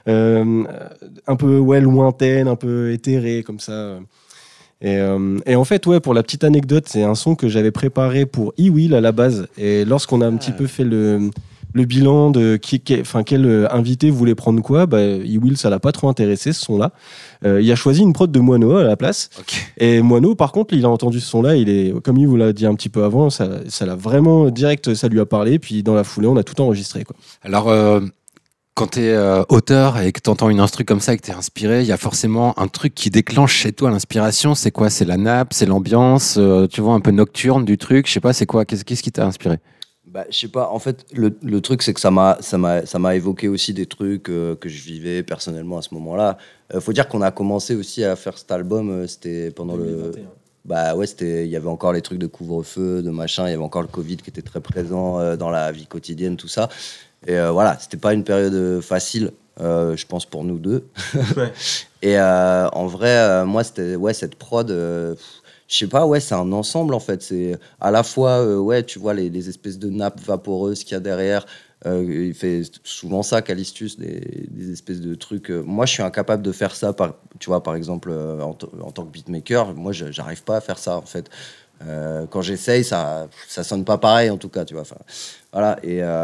ouais, lointaines, un peu éthérées, comme ça. Et en fait, ouais, pour la petite anecdote, c'est un son que j'avais préparé pour E-Will à la base. Et lorsqu'on a un petit peu fait le bilan de quel invité voulait prendre quoi, bah, E-Will, ça l'a pas trop intéressé, ce son-là. Il a choisi une prod de Moineau à la place. Okay. Et Moineau, par contre, il a entendu ce son-là, comme il vous l'a dit un petit peu avant, ça l'a vraiment direct, ça lui a parlé. Puis dans la foulée, on a tout enregistré, quoi. Alors, quand tu es auteur et que tu entends une instru comme ça et que tu es inspiré, il y a forcément un truc qui déclenche chez toi l'inspiration. C'est quoi? C'est la nappe, c'est l'ambiance, tu vois, un peu nocturne du truc. Je sais pas, c'est quoi? Qu'est-ce qui t'a inspiré? Bah, je sais pas, en fait, le truc, c'est que ça m'a évoqué aussi des trucs que je vivais personnellement à ce moment-là. Faut dire qu'on a commencé aussi à faire cet album, c'était pendant 2021. Bah ouais, il y avait encore les trucs de couvre-feu, de machin, il y avait encore le Covid qui était très présent dans la vie quotidienne, tout ça. Et voilà, c'était pas une période facile, je pense, pour nous deux. Ouais. Et en vrai, moi, c'était cette prod. Je sais pas, ouais, c'est un ensemble en fait. C'est à la fois, ouais, tu vois les espèces de nappes vaporeuses qu'il y a derrière. Il fait souvent ça, Callistus, des espèces de trucs. Moi, je suis incapable de faire ça, tu vois, par exemple, en tant que beatmaker. Moi, j'arrive pas à faire ça en fait. Quand j'essaye, ça sonne pas pareil en tout cas, tu vois. Enfin, voilà.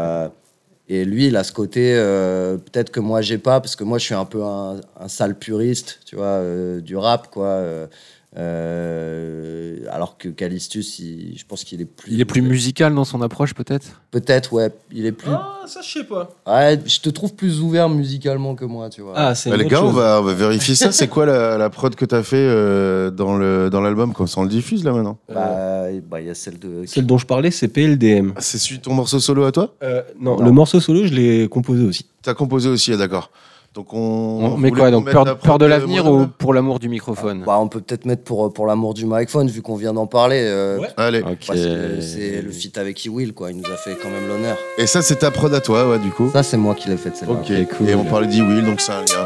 Et lui, il a ce côté, peut-être que moi, j'ai pas, parce que moi, je suis un peu un sale puriste, tu vois, du rap, quoi. Alors que Callistus, je pense qu'il est plus... Il est plus musical dans son approche, peut-être? Peut-être, ouais. Il est plus... Ah, ça, je sais pas. Ouais, je te trouve plus ouvert musicalement que moi, tu vois. Ah, c'est les gars, on va vérifier ça. C'est quoi la prod que t'as fait dans l'album, quand on le diffuse, là, maintenant? Il y a celle de... Celle dont je parlais, c'est PLDM. C'est celui ton morceau solo à toi? Non, le morceau solo, je l'ai composé aussi. T'as composé aussi, d'accord. Donc on met quoi donc peur de l'avenir ou pour l'amour du microphone? On peut peut-être mettre pour l'amour du microphone vu qu'on vient d'en parler. Allez. Parce que c'est le feat avec E-Will, quoi. Il nous a fait quand même l'honneur. Et ça, c'est ta prod à toi, ouais, du coup. Ça, c'est moi qui l'ai fait, celle-là. Ok, cool. Et on parlait d'E-Will, donc c'est un lien.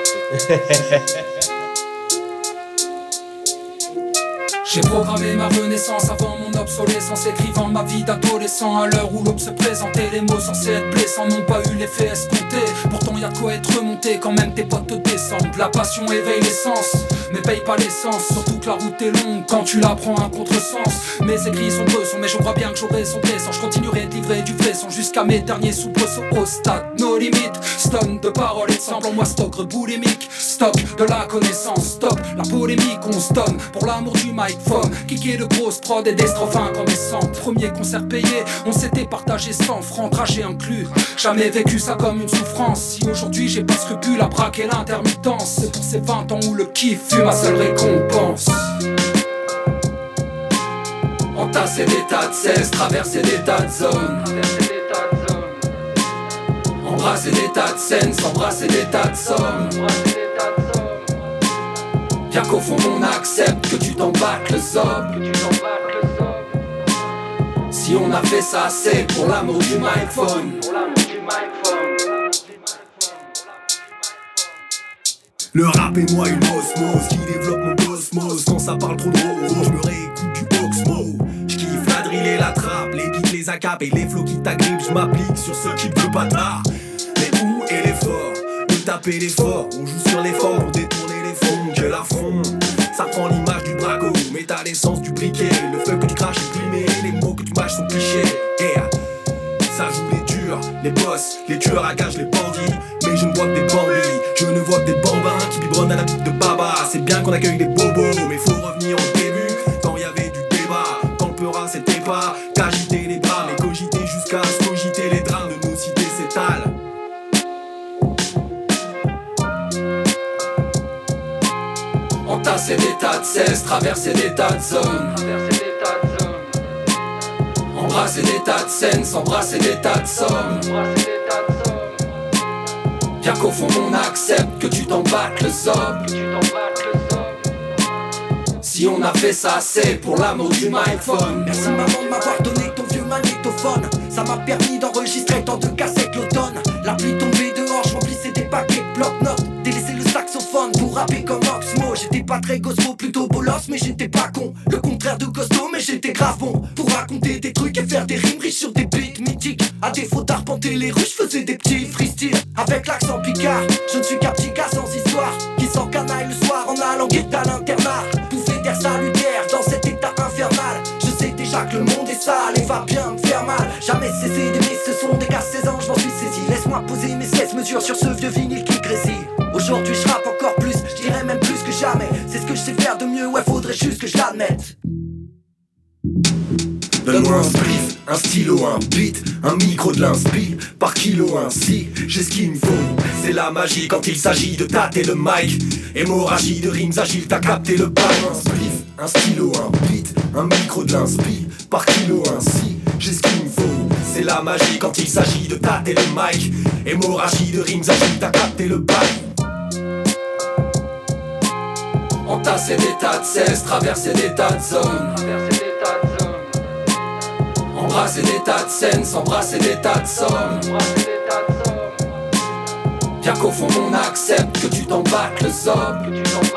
J'ai programmé ma renaissance avant mon obsolescence, écrivant ma vie d'adolescent à l'heure où l'aube se présentait. Les mots censés être blessants n'ont pas eu l'effet escompté. Pourtant y'a de quoi être remonté quand même tes potes te descendent. La passion éveille l'essence, mais paye pas l'essence. Surtout que la route est longue quand tu la prends un contresens. Mes écrits sont peu mais je crois bien que j'aurai son blessant. Je continuerai de livrer du vrai son jusqu'à mes derniers soubresauts. Au stade, nos limites, stun de paroles et de sangles. En moi stock boulimique, stock de la connaissance. Stop la polémique, on se donne pour l'amour du mic. Kicker de grosses prod et des strophes incandescentes. Premier concert payé, on s'était partagé 100 francs, trajet inclus. Jamais vécu ça comme une souffrance. Si aujourd'hui j'ai pas scrupule à braquer l'intermittence, c'est pour ces 20 ans où le kiff fut ma seule récompense. Entasser des tas de 16, traverser des tas de zones. Embrasser des tas de scènes, s'embrasser des tas de sommes. Bien qu'au fond on accepte que tu t'en battes le zob. Si on a fait ça c'est pour l'amour du microphone. Le rap et moi une osmose qui développe mon cosmos. Quand ça parle trop gros, je me réécoute du Oxmo. J'kiffe la drill et la trappe, les beats, les acapes et les flows qui t'agrippent. J'm'applique sur ce type de bâtard. Mais où est l'effort de taper l'effort? On joue sur les formes pour détourner les fonds. Quel affront, ça prend l'image du braco, mais t'as l'essence du briquet. Le feu que tu craches est primé, les mots que tu mâches sont clichés. Ça joue les durs, les boss, les tueurs à gages, les bandits. Mais je ne vois que des bambis, je ne vois que des bambins qui biberonnent à la bite de baba. C'est bien qu'on accueille des bobos, mais faut revenir au début. Quand il y avait du débat, quand le peurat c'était pas qu'agiter les bras, mais cogiter jusqu'à se cogiter les drames de nos cités s'étalent. Entasser des tas de 16, traverser des tas de zones. Embrasser des tas de scènes, s'embrasser des tas de sommes. Bien qu'au fond on accepte que tu t'en battes le zob. Si on a fait ça c'est pour l'amour du microphone. Merci maman de m'avoir donné ton vieux magnétophone. Ça m'a permis d'enregistrer tant de cassettes l'automne. La pluie tombait dehors, je remplissais des paquets de bloc-notes. Délaissé le saxophone pour rapper comme Oxmo. J'étais pas très gosmo, plutôt bolos, mais j'étais pas con. Le contraire de costaud, mais j'étais grave bon. Pour raconter des trucs et faire des rimes riches sur des beats mythiques. À défaut d'arpenter les rues, je faisais des petits freestyles. Avec l'accent picard, je ne suis qu'un petit gars sans histoire qui s'encanaille le soir en allant guetter à l'internat. Pouvait d'air salutaire dans cet état infernal. Je sais déjà que le monde est sale et va bien me faire mal. Jamais cessé d'aimer ce son des gars 16 ans, je m'en suis saisi. Laisse-moi poser mes 16 mesures sur ce vieux vinyle qui grésille. Aujourd'hui je rappe encore plus, je dirais même plus que jamais. C'est ce que je sais faire de mieux, ouais faudrait juste que je l'admette. Donne-moi un spliff, un stylo, un beat, un micro de l'inspi, par kilo ainsi, j'ai ce qu'il me faut. C'est la magie quand il s'agit de tâter le mic. Hémorragie de rimes agiles, t'as capté le bail. Un spliff, un stylo, un beat, un micro de l'inspi, par kilo ainsi, j'ai ce qu'il me faut. C'est la magie quand il s'agit de tâter le mic. Hémorragie de rimes agiles, t'as capté le bail. Entasser des tas de 16, traverser des tas de zones. Embrasser des tas de scènes, s'embrasser des tas de sommes. Bien qu'au fond on accepte que tu t'en battes le zob.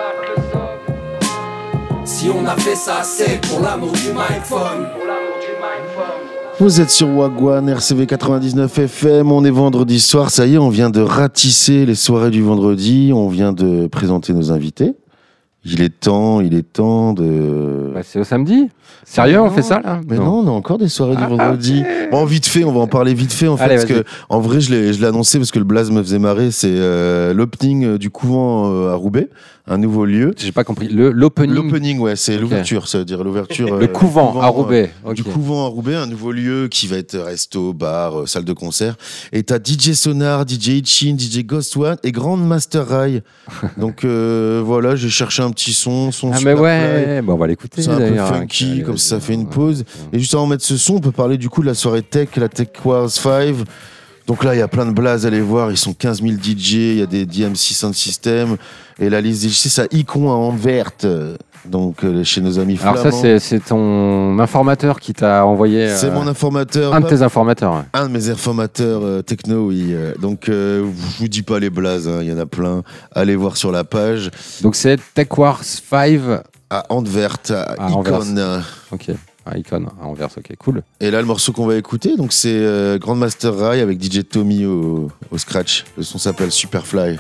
Si on a fait ça c'est pour l'amour du microphone. Vous êtes sur Wagwan, RCV 99 FM, on est vendredi soir, ça y est, on vient de ratisser les soirées du vendredi, on vient de présenter nos invités. Il est temps de... Bah, c'est au samedi. Sérieux, on fait ça là? Mais non, on a encore des soirées du vendredi. Okay. Bon, vite fait, on va en parler vite fait en fait. Allez, parce que, en vrai, je l'ai annoncé parce que le blaze me faisait marrer. C'est l'opening du couvent à Roubaix, un nouveau lieu. J'ai pas compris. L'opening. L'opening, ouais, c'est l'ouverture, ça veut dire l'ouverture. Le couvent à Roubaix. Du couvent à Roubaix, un nouveau lieu qui va être resto, bar, salle de concert. Et t'as DJ Sonar, DJ Itchin, DJ Ghost One et Grand Master Rai. Donc voilà, j'ai cherché un petit son ah super mais ouais, bon, on va l'écouter. C'est un peu funky, comme ça fait une pause. Et juste avant de mettre ce son, on peut parler du coup de la soirée tech, la Tech Wars 5. Donc là, il y a plein de blazes à aller voir. Ils sont 15 000 DJ, il y a des DMC Sound System. Et la liste DJ, c'est à Icon à Anvers. Donc chez nos amis flamands. Alors ça, c'est ton informateur qui t'a envoyé... C'est mon informateur. Un de tes informateurs. Ouais. Un de mes informateurs techno, oui. Donc je vous dis pas les blazes, il y en a plein. Allez voir sur la page. Donc c'est Tech Wars 5... À Anvers, à Icon. Ok. Ah, Icon, à Anvers, ok, cool. Et là, le morceau qu'on va écouter, donc c'est Grandmaster Rai avec DJ Tommy au scratch. Le son s'appelle Superfly.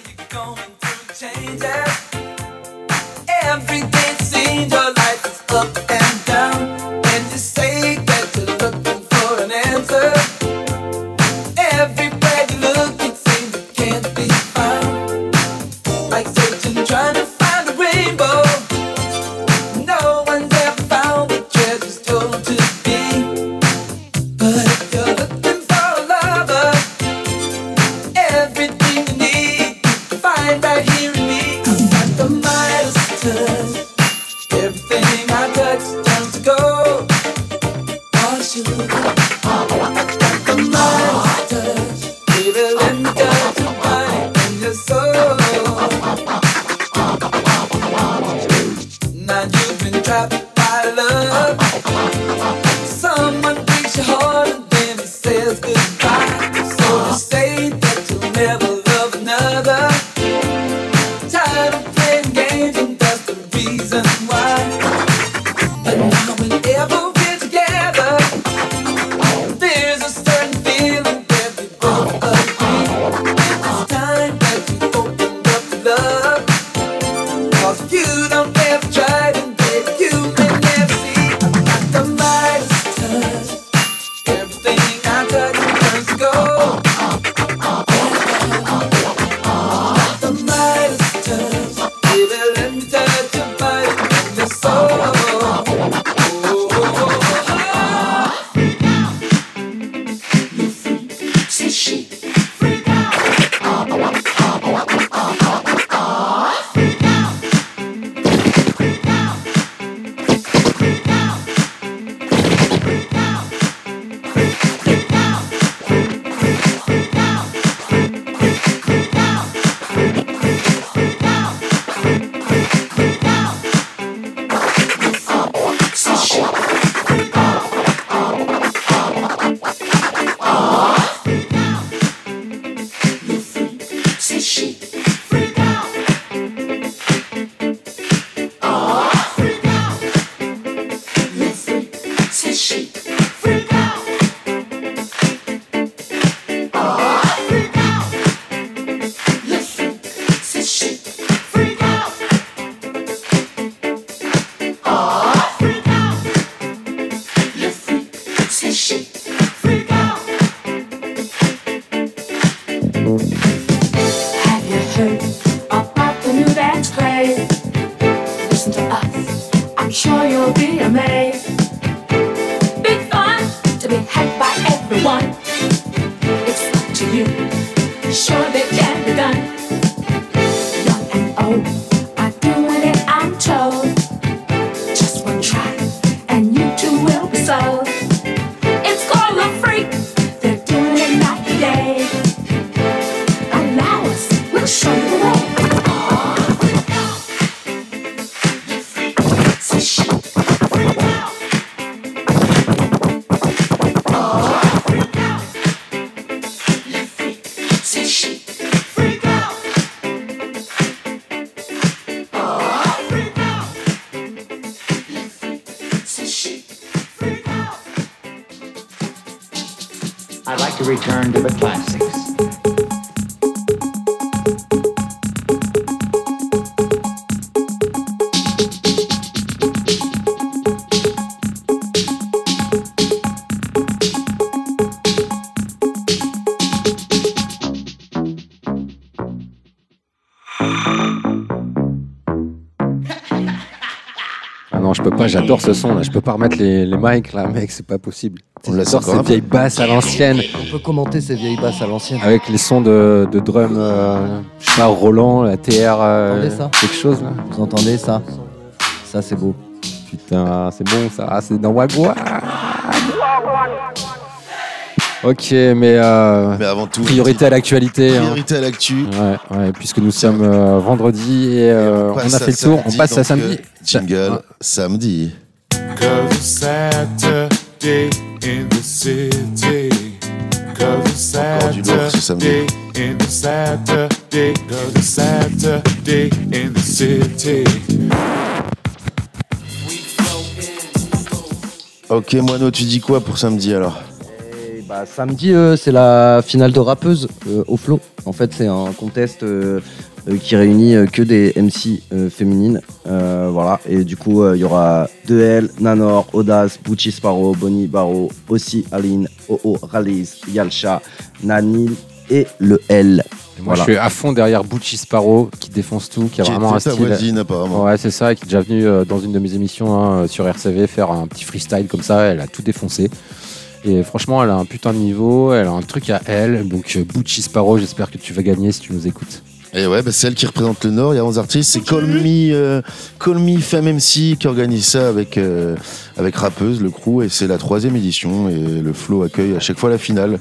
I'd like to return to the classics. Ah non, je peux pas, j'adore ce son là, je peux pas remettre les mics là, mec, c'est pas possible. J'adore ces vieilles basses à l'ancienne. On peut commenter ces vieilles basses à l'ancienne. Avec les sons de drum, je sais pas, Roland, la TR, entendez ça quelque chose là. Vous entendez ça? Ça c'est beau. Putain, c'est bon ça, c'est dans Wagwan. Ok, mais avant tout, priorité à l'actualité. Priorité à l'actu. Ouais, puisque nous sommes vendredi et on a fait le tour. On passe à samedi. Jingle samedi. Cause it's Saturday in the city. Cause it's Saturday in the Saturday. Cause it's Saturday in the city. Ok, Moineau, tu dis quoi pour samedi alors? Samedi, c'est la finale de rappeuse au Flow. En fait, c'est un contest qui réunit que des MC féminines. Voilà. Et du coup, il y aura 2L, Nanor, Audace, Bucci Sparrow, Bonnie Barrow, Ossi, Aline, Oo, Raliz, Yalcha, Nanil et le L. Moi, je suis à fond derrière Bucci Sparrow qui défonce tout, qui a vraiment un style. Voisine, apparemment. Ouais, c'est ça, qui est déjà venue dans une de mes émissions sur RCV faire un petit freestyle comme ça. Elle a tout défoncé. Et franchement, elle a un putain de niveau, elle a un truc à elle. Donc, Bucci Sparrow, j'espère que tu vas gagner si tu nous écoutes. Et ouais, c'est elle qui représente le Nord. Il y a 11 artistes. C'est Call Me Femme MC qui organise ça avec Rappeuse, le crew. Et c'est la 3e édition. Et le Flow accueille à chaque fois la finale.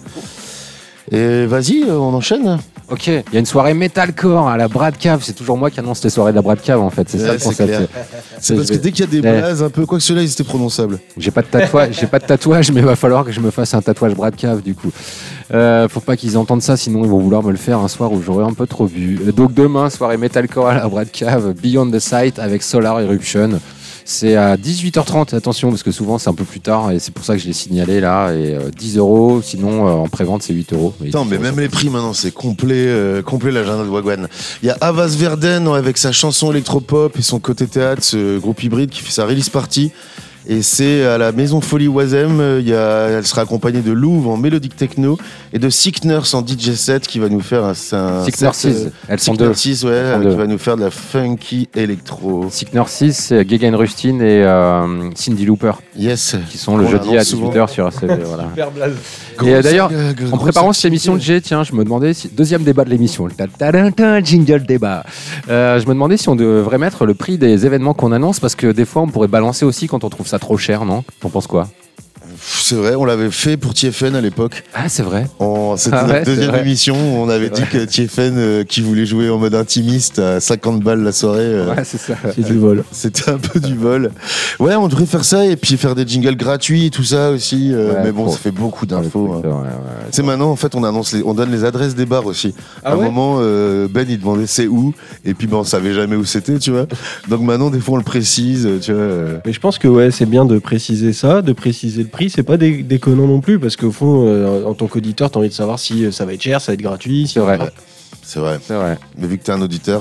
Et vas-y, on enchaîne. Ok, il y a une soirée metalcore à la Brad Cave. C'est toujours moi qui annonce les soirées de la Brad Cave en fait. C'est ça le concept. C'est parce que dès qu'il y a des blazes un peu, quoi que cela, ils étaient prononçables. J'ai pas de tatouage, mais il va falloir que je me fasse un tatouage Brad Cave du coup. Faut pas qu'ils entendent ça, sinon ils vont vouloir me le faire un soir où j'aurai un peu trop bu. Donc demain, soirée metalcore à la Brad Cave, Beyond the Sight avec Solar Eruption. C'est à 18h30, attention, parce que souvent c'est un peu plus tard et c'est pour ça que je l'ai signalé là. Et 10€, sinon en pré-vente c'est 8€. Attends, mais même les prix maintenant, c'est complet l'agenda de Wagwan. Il y a Avas Verden avec sa chanson électropop et son côté théâtre, ce groupe hybride qui fait sa release party. Et c'est à la Maison Folie Oisem. Elle sera accompagnée de Louvre en mélodique techno et de Sick Nurse en DJ set qui va nous faire un Sick Nurses. Elles sont deux. Qui va nous faire de la funky électro. Sick Nurses, c'est Gagan Rustin et Cindy Looper. Yes. Qui sont le jeudi à 18h sur RCV. Voilà. Super blaze. Et d'ailleurs, en préparant cette émission de G, tiens, je me demandais deuxième débat de l'émission, jingle débat. Je me demandais si on devrait mettre le prix des événements qu'on annonce parce que des fois on pourrait balancer aussi quand on trouve ça trop cher, non? T'en penses quoi? C'est vrai, on l'avait fait pour TFN à l'époque. Ah, c'est vrai. C'était notre deuxième émission. On avait dit que TFN, qui voulait jouer en mode intimiste à 50 balles la soirée. Ouais, c'est ça. C'est du vol. C'était un peu du vol. Ouais, on devrait faire ça et puis faire des jingles gratuits et tout ça aussi. Mais bon, ça fait beaucoup d'infos. C'est maintenant, en fait, on donne les adresses des bars aussi. À un moment, Ben, il demandait c'est où. Et puis, on savait jamais où c'était, tu vois. Donc maintenant, des fois, on le précise, tu vois. Mais je pense que c'est bien de préciser ça, de préciser le prix. C'est pas déconnant non plus, parce qu'au fond, en tant qu'auditeur, t'as envie de savoir si ça va être cher, ça va être gratuit. C'est vrai. C'est vrai. Mais vu que t'es un auditeur,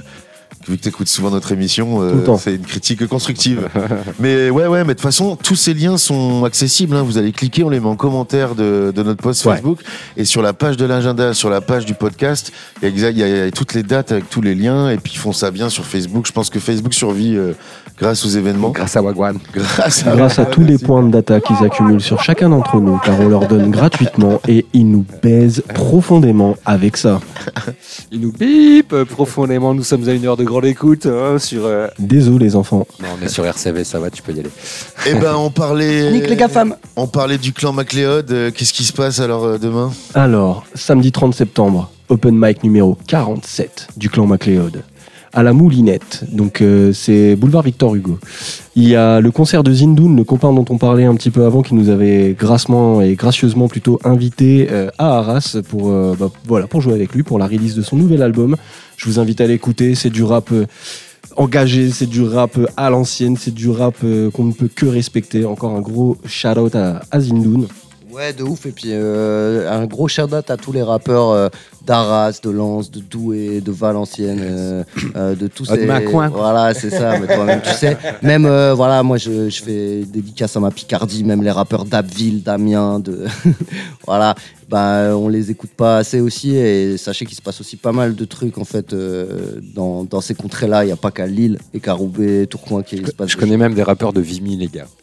vu que t'écoutes souvent notre émission, c'est une critique constructive. mais mais de toute façon, tous ces liens sont accessibles. Hein. Vous allez cliquer, on les met en commentaire de notre post Facebook. Et sur la page de l'agenda, sur la page du podcast, il y a toutes les dates avec tous les liens. Et puis ils font ça bien sur Facebook. Je pense que Facebook survit grâce aux événements. Grâce à Wagwan. Grâce à tous les points de data qu'ils accumulent sur chacun d'entre nous, car on leur donne gratuitement et ils nous baisent profondément avec ça. Ils nous bipent profondément. Nous sommes à une heure de grande écoute sur. Désolé les enfants. Non, on est sur RCV, ça va, tu peux y aller. Eh ben, on parlait. Nique les GAFAM. On parlait du clan MacLeod. Qu'est-ce qui se passe alors demain? Alors, samedi 30 septembre, open mic numéro 47 du clan MacLeod. À la Moulinette, donc c'est boulevard Victor Hugo. Il y a le concert de Zindoun, le copain dont on parlait un petit peu avant, qui nous avait grassement et gracieusement plutôt invité à Arras pour jouer avec lui pour la release de son nouvel album. Je vous invite à l'écouter, c'est du rap engagé, c'est du rap à l'ancienne, c'est du rap qu'on ne peut que respecter. Encore un gros shout-out à Zindoun. Ouais, de ouf. Et puis un gros shout-out à tous les rappeurs d'Arras, de Lens, de Douai, de Valenciennes, de tous ces... Voilà, c'est ça. Mais toi-même, tu sais. Même, moi, je fais dédicace à ma Picardie, même les rappeurs d'Abbeville, d'Amiens, voilà. On les écoute pas assez aussi. Et sachez qu'il se passe aussi pas mal de trucs, en fait, dans ces contrées-là. Il n'y a pas qu'à Lille et qu'à Roubaix, Tourcoing qui se passe. Je connais même des rappeurs de Vimy, les gars.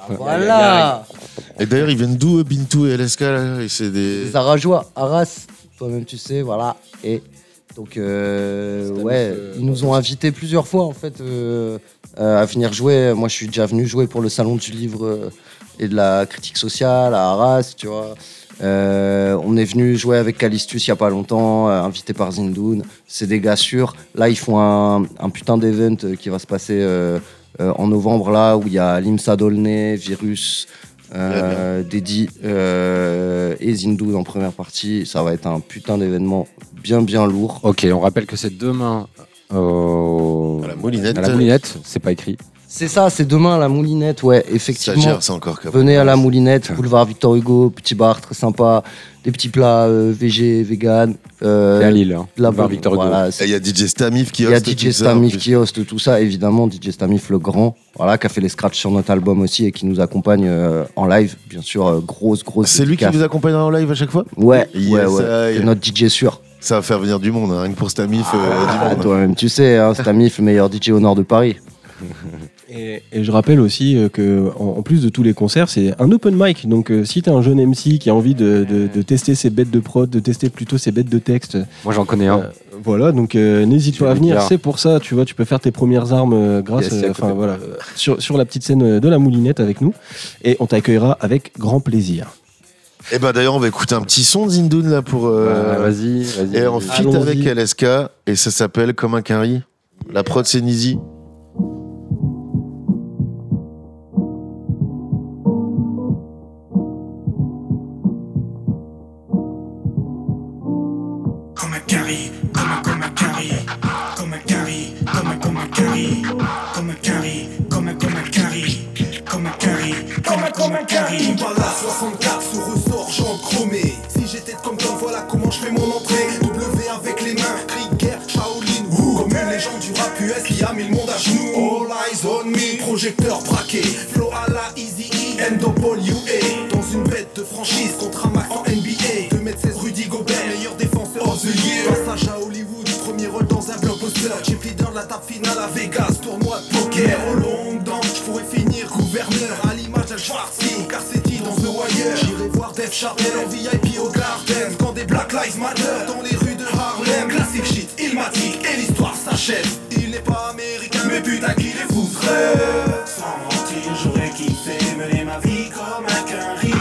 Voilà. Et d'ailleurs, ils viennent d'où, Bintou et LSK là? C'est des Arajois, Arras, toi-même tu sais, voilà. Et donc, ils nous ont invités plusieurs fois en fait à venir jouer. Moi, je suis déjà venu jouer pour le salon du livre et de la critique sociale à Arras, tu vois. On est venu jouer avec Calistus il y a pas longtemps, invité par Zindoun. C'est des gars sûrs. Là, ils font un putain d'event qui va se passer en novembre, là, où il y a Limsa Dolné, Virus, Dedi et Zindoun en première partie. Ça va être un putain d'événement bien lourd. Ok, on rappelle que c'est demain à la Moulinette. À la Moulinette, c'est pas écrit. C'est ça, c'est demain à la Moulinette, ouais, effectivement. Ça gère, c'est encore capable. Venez à la Moulinette, boulevard Victor Hugo, petit bar très sympa, des petits plats VG, vegan. C'est à Lille, hein, boulevard Victor Hugo. Voilà, il y a DJ Stamif qui hoste. Il y a DJ Stamif qui hoste tout ça, évidemment, DJ Stamif le grand, voilà, qui a fait les scratchs sur notre album aussi et qui nous accompagne en live, bien sûr, grosse. C'est lui qui vous accompagne en live à chaque fois? Ouais, c'est notre DJ sûr. Ça va faire venir du monde, hein, rien que pour Stamif. Du monde. Toi-même, tu sais, hein, Stamif, le meilleur DJ au nord de Paris. Et je rappelle aussi que en plus de tous les concerts, c'est un open mic. Donc si t'es un jeune MC qui a envie de tester ses bêtes de prod, de tester plutôt ses bêtes de texte. Moi j'en connais un. Voilà, donc n'hésite pas à venir. C'est pour ça, tu vois, tu peux faire tes premières armes grâce, sur la petite scène de la Moulinette avec nous. Et on t'accueillera avec grand plaisir. Et ben d'ailleurs, on va écouter un petit son de Zindoun là pour. Vas-y. Et en feat avec LSK et ça s'appelle Comme un Quinri. La prod c'est Nizi. Voilà 64 sous ressort, jambes chromées. Si j'étais comme toi, voilà comment je fais mon entrée. W avec les mains, Krieger, Shaolin. Comme une légende du rap US qui a mis le monde à genoux. All eyes on me, projecteur braqué. Flow à la Easy E, NWA. Dans une bête de franchise contre un Mac en NBA. 2m16 Rudy Gobert, meilleur défenseur of the year. Passage à Hollywood, premier rôle dans un blockbuster. Chip leader de la table finale à Vegas, tournoi de poker. Au long dents, je pourrais finir gouverneur. À l'image d'Al Schwarzenegger. J'irai voir Def Chappelle en VIP au Garden. Quand des Black Lives Matter dans les rues de Harlem. Classic shit, ilmatique et l'histoire s'achève. Il n'est pas américain mais putain qu'il est foutré. Sans mentir j'aurais kiffé mener ma vie comme un Quinri.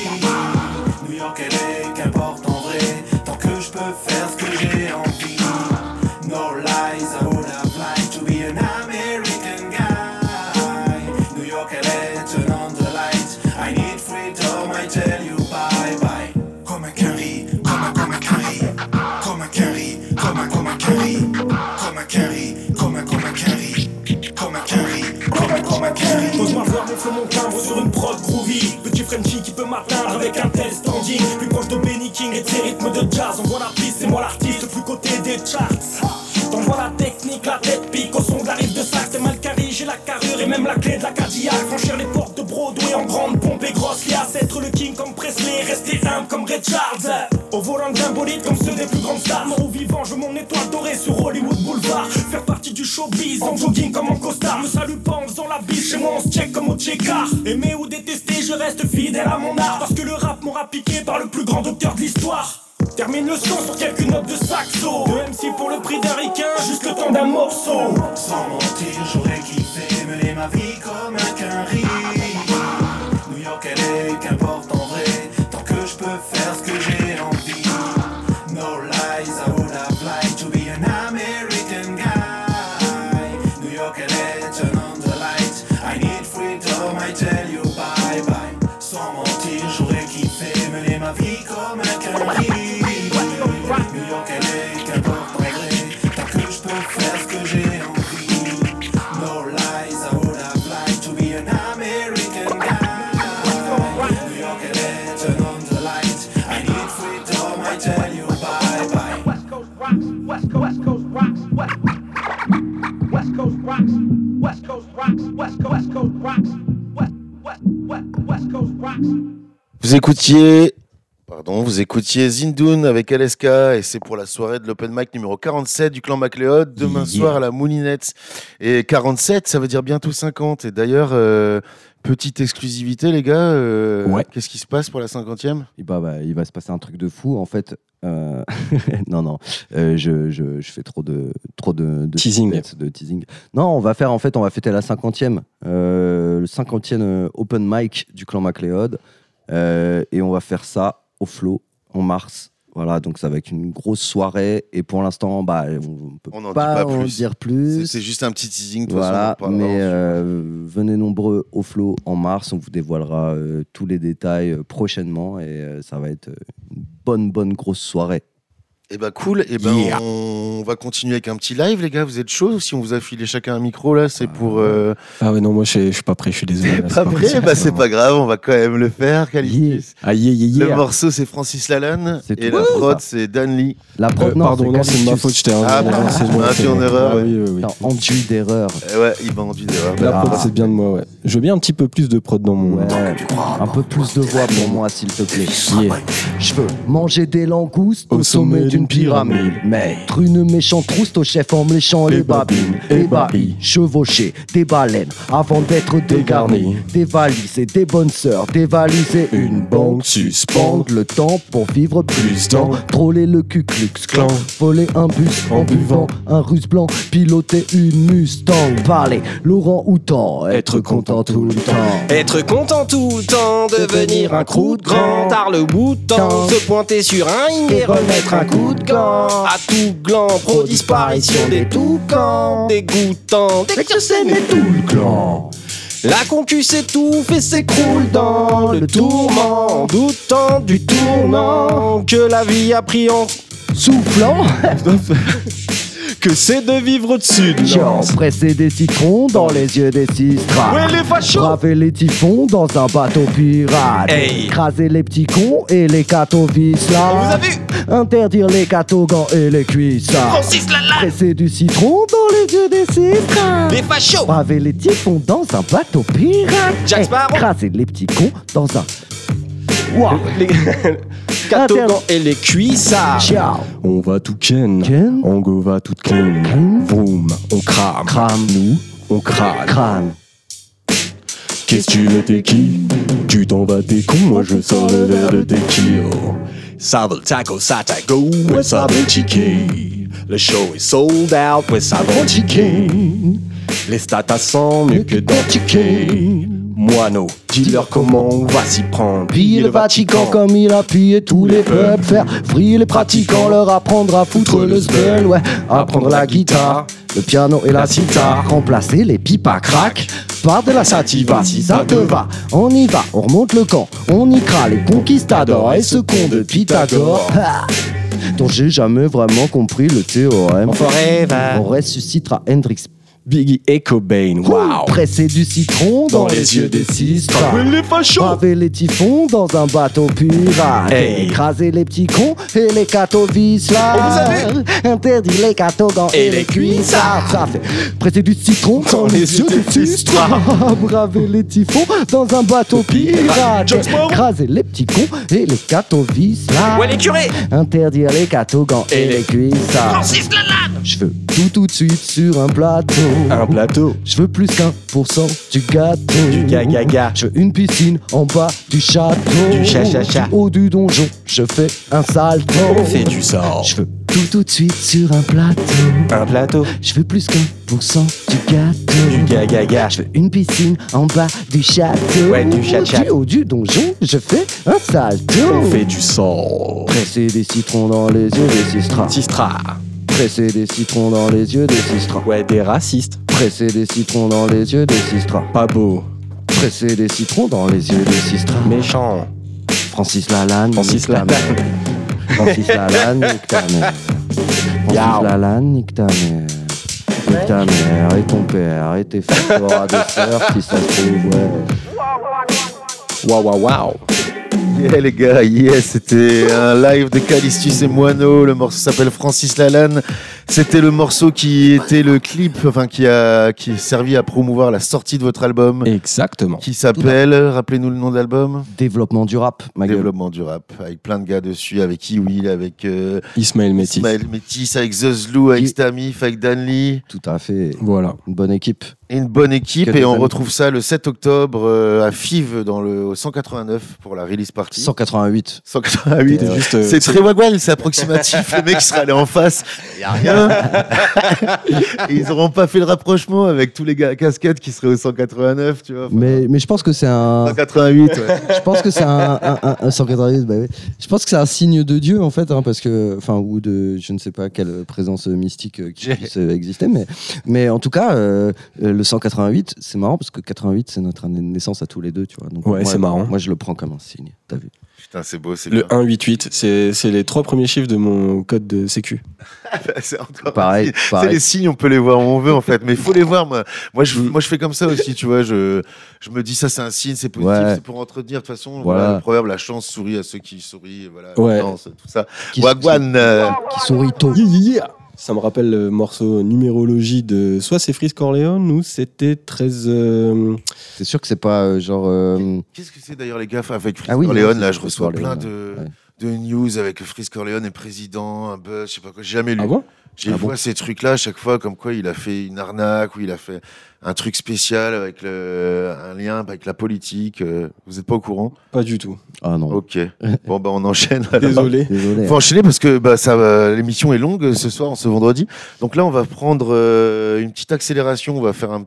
New York LA, qu'importe en vrai. Tant que je peux faire ce que j'ai envie. No lies, I would have liked to be an American guy. New York LA, turn on the lights. I need freedom, I tell you bye bye. Comme un Quinri, comme un Quinri. Comme un Quinri, comme un Quinri. Comme un Quinri, comme un Quinri. Comme un Quinri, comme un Quinri. Pose-moi voir mon flow, mon timbre sur une prod groovy. Petit Frenchie qui peut m'atteindre avec un tel standing. Plus proche de Benny King et de ses rythmes de jazz. On voit la piste, c'est moi l'artiste, plus côté des charts. T'envoies la technique, la tête pique au son de la rive de sax. C'est mal carré, j'ai la carrure et même la clé de la Cadillac. Franchir les portes de Broadway en grande pompe et grosse liasse. Être le king comme Presley, rester humble comme Ray Charles. Au volant d'un bolide comme ceux des plus grandes stars. Mort ou vivant, je mon étoile dorée sur Hollywood Boulevard. Faire partie du showbiz en jogging comme en costard. Me salue pas en faisant la biche, chez moi on se check comme au Tchekar. Aimer ou détester, je reste fidèle à mon art. Parce que le rap m'aura piqué par le plus grand docteur de l'histoire. Termine le son sur quelques notes de saxo. De MC pour le prix d'un ricain, juste le temps d'un morceau. Sans mentir, j'aurais kiffé mener ma vie comme un Quinri. New York LA, qu'importe en vrai. Tant que je peux faire ce que j'ai envie. No lies, I would have liked to be an American guy. New York LA, turn on the lights. I need freedom, I tell you bye bye. Sans mentir, j'aurais kiffé mener ma vie comme un Quinri. New York LA, qu'importe en vrai. Tant que je peux faire ce que j'ai envie. No lies, I would have liked to be an American guy. New York LA, turn on the lights. I need freedom, I tell you bye bye. West Coast rocks, West Coast rocks, West Coast rocks, West Coast rocks, West Coast rocks, West Coast rocks. Vous écoutiez Zindoun avec LSK et c'est pour la soirée de l'Open Mic numéro 47 du clan MacLeod, demain soir à la Moulinette. Et 47, ça veut dire bientôt 50. Et d'ailleurs, petite exclusivité les gars, qu'est-ce qui se passe pour la 50e ? Il va se passer un truc de fou en fait. Non, je fais trop de teasing. De teasing. Non, on va fêter la 50e, le 50e Open Mic du clan MacLeod et on va faire ça au au Flow en mars. Voilà, donc ça va être une grosse soirée. Et pour l'instant, on peut pas en dire plus. C'est juste un petit teasing. Voilà, mais venez nombreux au Flow en mars. On vous dévoilera tous les détails prochainement. Et ça va être une bonne grosse soirée. Et cool, on va continuer avec un petit live, les gars. Vous êtes chauds? Si on vous a filé chacun un micro là, c'est pour. Ah ouais, non, moi je suis pas prêt, je suis désolé. Pas prêt? C'est pas grave, on va quand même le faire, Calitis. Le morceau c'est Francis Lalanne et la prod c'est Dan Lee. La prod, pardon, non, c'est de ma faute, je t'ai induit en erreur. Enduit d'erreur. Ouais, il m'a enduit d'erreur. La prod, c'est bien de moi, ouais. Je veux bien un petit peu plus de prod dans mon. Ouais, un peu plus de voix pour moi, s'il te plaît. Je veux manger des langoustes au sommet d'une pyramide, mettre une méchante trouste au chef en me léchant les babines, ébahis, chevaucher des baleines avant d'être dégarnis, des valises et des bonnes sœurs, dévaliser une banque, suspendre le temps pour vivre plus temps, troller le Ku Klux Klan, voler un bus en buvant un russe blanc, piloter une Mustang, parler Laurent Houtan, être content tout le temps, être content tout le temps, devenir un croûte grand, tard le bouton, se pointer sur un ring et remettre un coup de gant. À tout gland, pro-disparition des toucans, dégoûtant, dès que c'est né tout le clan. La concu s'étouffe et s'écroule dans le tourment, doutant du tournant que la vie a pris en soufflant. Que c'est de vivre au-dessus de l'anse. Presser des citrons dans les yeux des sistras. Ouais, les fachos. Braver les typhons dans un bateau pirate. Hey. Écraser les petits cons et les catovis là. On vous a vu. Interdire les catogans et les cuissards. Francis Lalanne. Presser du citron dans les yeux des sistras. Les fachos. Braver les typhons dans un bateau pirate. Jack Sparrow. Écraser les petits cons dans un... Wow. Les catogans et les cuissards. Ciao. On va tout ken. On go va tout clean. Vroom, on crame. Nous, on crame. Qu'est-ce que tu veux, t'es qui? Tu t'en vas, t'es con, moi je sors le verre de tequila. Ça veut taco, ça taco, ouais ça veut ticket. Le show est sold out, ouais ça veut ticket. Les stats sont mieux que dans ticket. Moineau, dis-leur comment on va s'y prendre. Piller le Vatican comme il a pillé tous les peuples. Faire vriller les pratiquants, leur apprendre à foutre le spell. Ouais, apprendre la guitare, le piano et la sitar. Remplacer les pipes à crack par de la sativa. Si ça te va, on y va, on remonte le camp. On y cra les conquistadors et ce con de Pythagore. Dont j'ai jamais vraiment compris le théorème. Forever. On ressuscitera Hendrix, Biggie et Cobain, wow. Presser du citron dans les yeux des sistras. Les fachos. Braver les typhons dans un bateau pirate. Hey. Écraser les petits cons et les catovis là. On vous a vu. Interdire les catogans et les cuissards. Ça fait presser du citron dans les yeux des sistras. Braver les typhons dans un bateau pirate. Écraser les petits cons et les catovis là. Ouais les curés. Interdire les catogans et les cuissards. Francis Lalanne. Je veux tout de suite sur un plateau. Un plateau. Je veux plus qu'1% du gâteau. Du gaga. Je veux une piscine en bas du château. Du cha-cha-cha. Du haut du donjon, je fais un salto. On fait du sort. Je veux tout de suite sur un plateau. Un plateau. Je veux plus qu'1% du gâteau. Du gaga. Je veux une piscine en bas du château. Ouais, du cha-cha. Du haut du donjon, je fais un salto. On fait du sort. Presser des citrons dans les yeux des sistras. Sistra. Presser des citrons dans les yeux des sistras. Ouais, des racistes. Presser des citrons dans les yeux des sistras. Pas beau. Presser des citrons dans les yeux des sistras. Méchant. Francis Lalanne. Francis Lalanne. Francis Lalanne, nique ta mère. Francis Lalanne, nique ta mère. Nique ta mère et ton père et tes frères, t'auras des sœurs si ça se trouve, ouais. Waouh. Yeah les gars, c'était un live de Calistus et Moineau. Le morceau s'appelle Francis Lalanne. C'était le morceau qui était le clip, enfin qui est servi à promouvoir la sortie de votre album. Exactement. Qui s'appelle, rappelez-nous le nom de l'album. Développement du rap. Développement du rap, avec plein de gars dessus, avec Iwil, avec Ismaël Métis, avec Zezlou, avec Stamif, avec Dan Lee. Tout à fait. Voilà. Une bonne équipe. Une bonne équipe Que et des on amis. retrouve ça le 7 octobre à Fives au 189 pour la release party. 188. 188. C'était juste, c'est très wagwan, c'est approximatif. Le mec sera allé en face. Il n'y a rien. Et ils n'auront pas fait le rapprochement avec tous les gars à casquette qui seraient au 189, tu vois. Enfin, Mais je pense que c'est un. 188, ouais. Je pense que c'est un 188. Bah oui. Je pense que c'est un signe de Dieu en fait, parce que, enfin, ou de, je ne sais pas quelle présence mystique qui puisse exister, mais en tout cas, le 188, c'est marrant parce que 88, c'est notre année de naissance à tous les deux, tu vois. Donc, Ouais, moi, c'est marrant. Moi, je le prends comme un signe. T'as vu? Putain, c'est beau, c'est Le bien. 188, c'est les 3 premiers chiffres de mon code de sécu. C'est encore Pareil. C'est les signes, on peut les voir où on veut en fait, mais il faut les voir. Moi, je fais comme ça aussi, tu vois. Je me dis ça, c'est un signe, c'est positif, Ouais. c'est pour entretenir. De toute façon, Voilà. voilà, le proverbe, la chance sourit à ceux qui sourient. Voilà, Ouais. la chance, tout ça. Qui- Wagwan. Qui sourit tôt. Yeah. Ça me rappelle le morceau Numérologie de soit c'est Freeze Corleone ou c'était 13. C'est sûr que c'est pas genre. Qu'est-ce que c'est d'ailleurs les gars avec Freeze Ah oui, Corleone? non, Là, c'est je Freeze reçois Corleone, plein ouais. de news avec Freeze Corleone et président, un buzz, je sais pas quoi. J'ai jamais lu. Ah bon? J'ai vu ces trucs-là à chaque fois, comme quoi il a fait une arnaque ou il a fait un truc spécial avec un lien avec la politique. Vous n'êtes pas au courant? Pas du tout. Ah non. Ok. Bon, bah, on enchaîne. alors. Désolé. Il faut enchaîner parce que l'émission est longue ce soir, ce vendredi. Donc là, on va prendre une petite accélération. On va faire un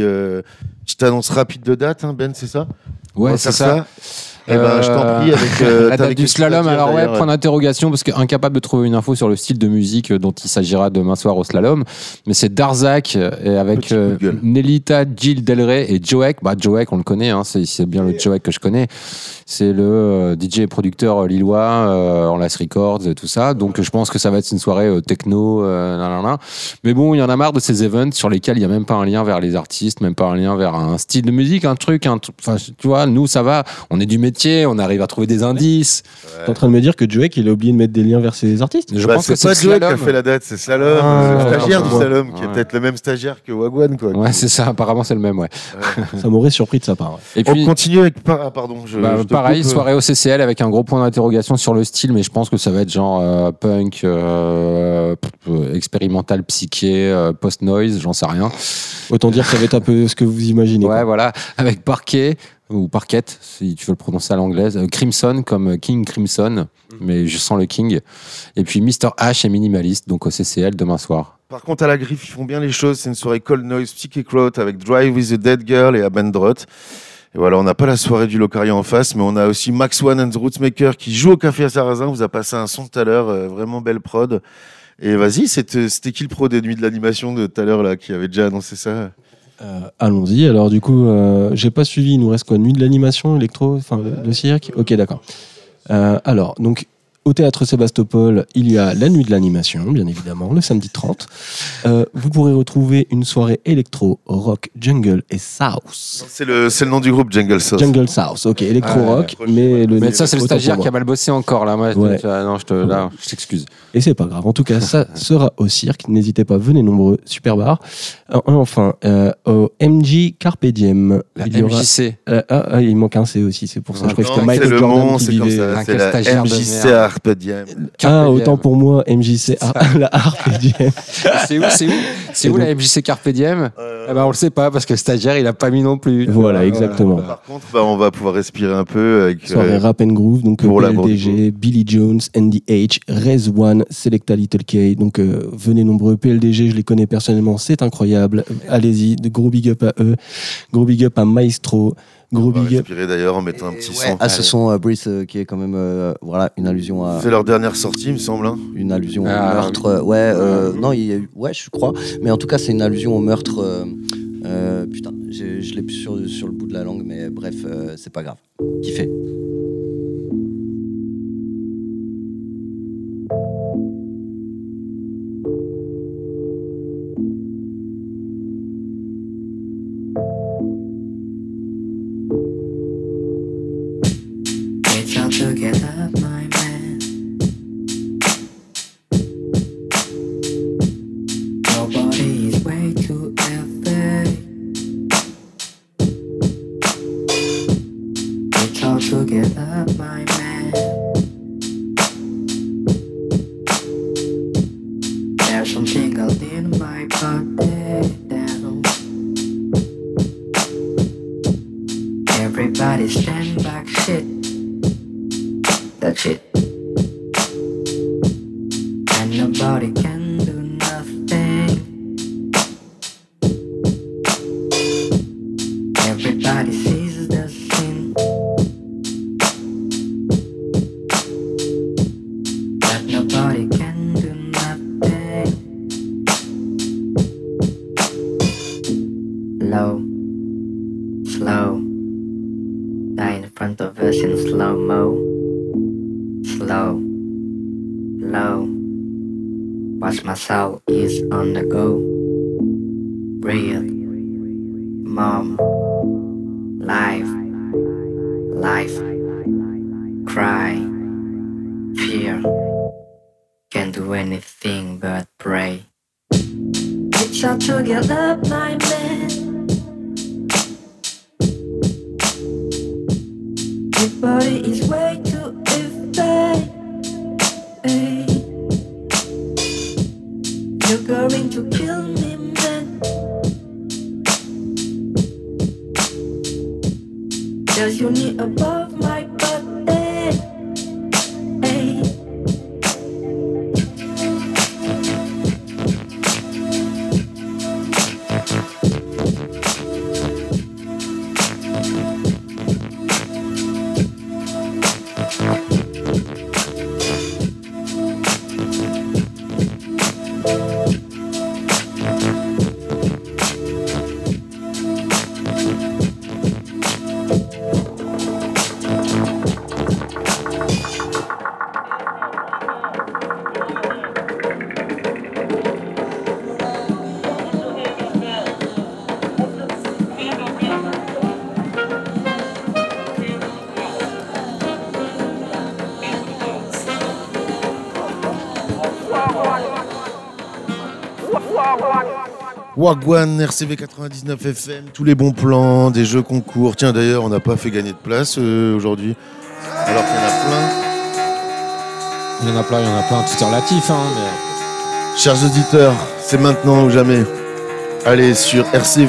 petite annonce rapide de date. Hein, Ben, c'est ça? On Ouais, va c'est faire ça. Eh ben, je t'en prie, avec la date du slalom. Alors ouais, d'ailleurs. point d'interrogation parce qu'incapable de trouver une info sur le style de musique dont il s'agira demain soir au slalom. Mais c'est Darzak avec Nelita, Jill Del Rey et Joek. Bah Joek, on le connaît, hein, c'est bien le Joek que je connais. C'est le DJ et producteur lillois en Las Records et tout ça. Donc je pense que ça va être une soirée techno. Nanana. Mais bon, il y en a marre de ces events sur lesquels il y a même pas un lien vers les artistes, même pas un lien vers un style de musique, un truc. Enfin, tu vois, nous ça va. On est du métier. On arrive à trouver des indices. T'es en train de me dire que Joek, il a oublié de mettre des liens vers ses artistes? Je pense que c'est pas c'est Joe qui a Slalom. fait la date, c'est Slalom, Ah, le stagiaire du ouais. Slalom, qui est Ouais. peut-être le même stagiaire que Wagwan, quoi. Ouais, c'est ça. Apparemment, c'est le même, ouais. Ça m'aurait surpris de sa part. Ouais. Et puis, On continue avec. Pardon, je te pareil, coupe. soirée au CCL avec un gros point d'interrogation sur le style, mais je pense que ça va être genre punk, expérimental, psyché, post-noise, j'en sais rien. Autant dire que ça va être un peu ce que vous imaginez. Ouais, voilà, avec Parquet, ou Parquette, si tu veux le prononcer à l'anglaise, Crimson comme King Crimson, mais je sens le King. Et puis Mr. H et Minimalist, donc au CCL demain soir. Par contre, à la griffe, ils font bien les choses. C'est une soirée Cold Noise, Psychic Road avec Drive with the Dead Girl et Abandrot. Et voilà, on n'a pas la soirée du Locaria en face, mais on a aussi Max One and the Rootsmaker qui joue au Café à Sarrazin. Vous a passé un son tout à l'heure, vraiment belle prod. Et vas-y, c'était qui le pro des nuits de l'animation de tout à l'heure là, qui avait déjà annoncé ça? Allons-y. Alors du coup, j'ai pas suivi. Il nous reste quoi? Nuit de l'animation, électro, enfin le cirque. Ok, d'accord. Alors donc. Au théâtre Sébastopol, il y a la nuit de l'animation, bien évidemment, le samedi 30. Vous pourrez retrouver une soirée électro, rock, jungle et South. C'est le nom du groupe, Jungle South. Jungle South, ok, électro-rock, mais le Mais ça, c'est le autant stagiaire pour qui a moi. mal bossé encore, là. Moi, Ouais. non, je t'excuse. Et c'est pas grave. En tout cas, ça sera au cirque. N'hésitez pas, venez nombreux. Super bar. Enfin, au MJ Carpe Diem. La il y aura- MJC. Il manque un C aussi. C'est pour ça. Je crois que Non, c'était Michael c'est le Jordan Mans, qui c'est comme vivait. ça. Ah, C'est quel la stagiaire de MJC merde. Harpe Diem. Ah, autant pour moi, MJC, la Carpe Diem. C'est où la MJC Carpe Diem? Eh ben, on le sait pas parce que le stagiaire, il a pas mis non plus. Voilà, exactement. Par contre, on va pouvoir respirer un peu avec. Soirée Rap and Groove, donc pour l'amour du PLDG, Billy Jones, NDH, Rez One, Selecta Little K. Donc venez nombreux. PLDG, je les connais personnellement, c'est incroyable. Allez-y, de gros big up à eux. Gros big up à Maestro. Gros On va big up. respirer d'ailleurs en mettant un petit son. Ah, ce son Brice qui est quand même voilà une allusion à. C'est leur dernière sortie, il me semble. Hein. Une allusion au Ah, meurtre. Non, il y a eu. Ouais, je crois. Mais en tout cas, c'est une allusion au meurtre. Putain, je l'ai plus sur le bout de la langue, mais bref, c'est pas grave. Kiffez. It's all together, my man. Nobody is way too epic. It's all together, my man. There's something out in my body down. 'cause my soul is on the go. Breathe, mom, life, cry, fear. Can't do anything but pray. It's hard to get up, my man. Your body is way too heavy. You're going to kill me, man. There's your knee above my body. Hey. Wagwan, RCV 99 FM, tous les bons plans, des jeux concours. Tiens, d'ailleurs, on n'a pas fait gagner de place aujourd'hui, alors qu'il y en a plein. Il y en a plein, tout est relatif. Mais... Chers auditeurs, c'est maintenant ou jamais. Allez sur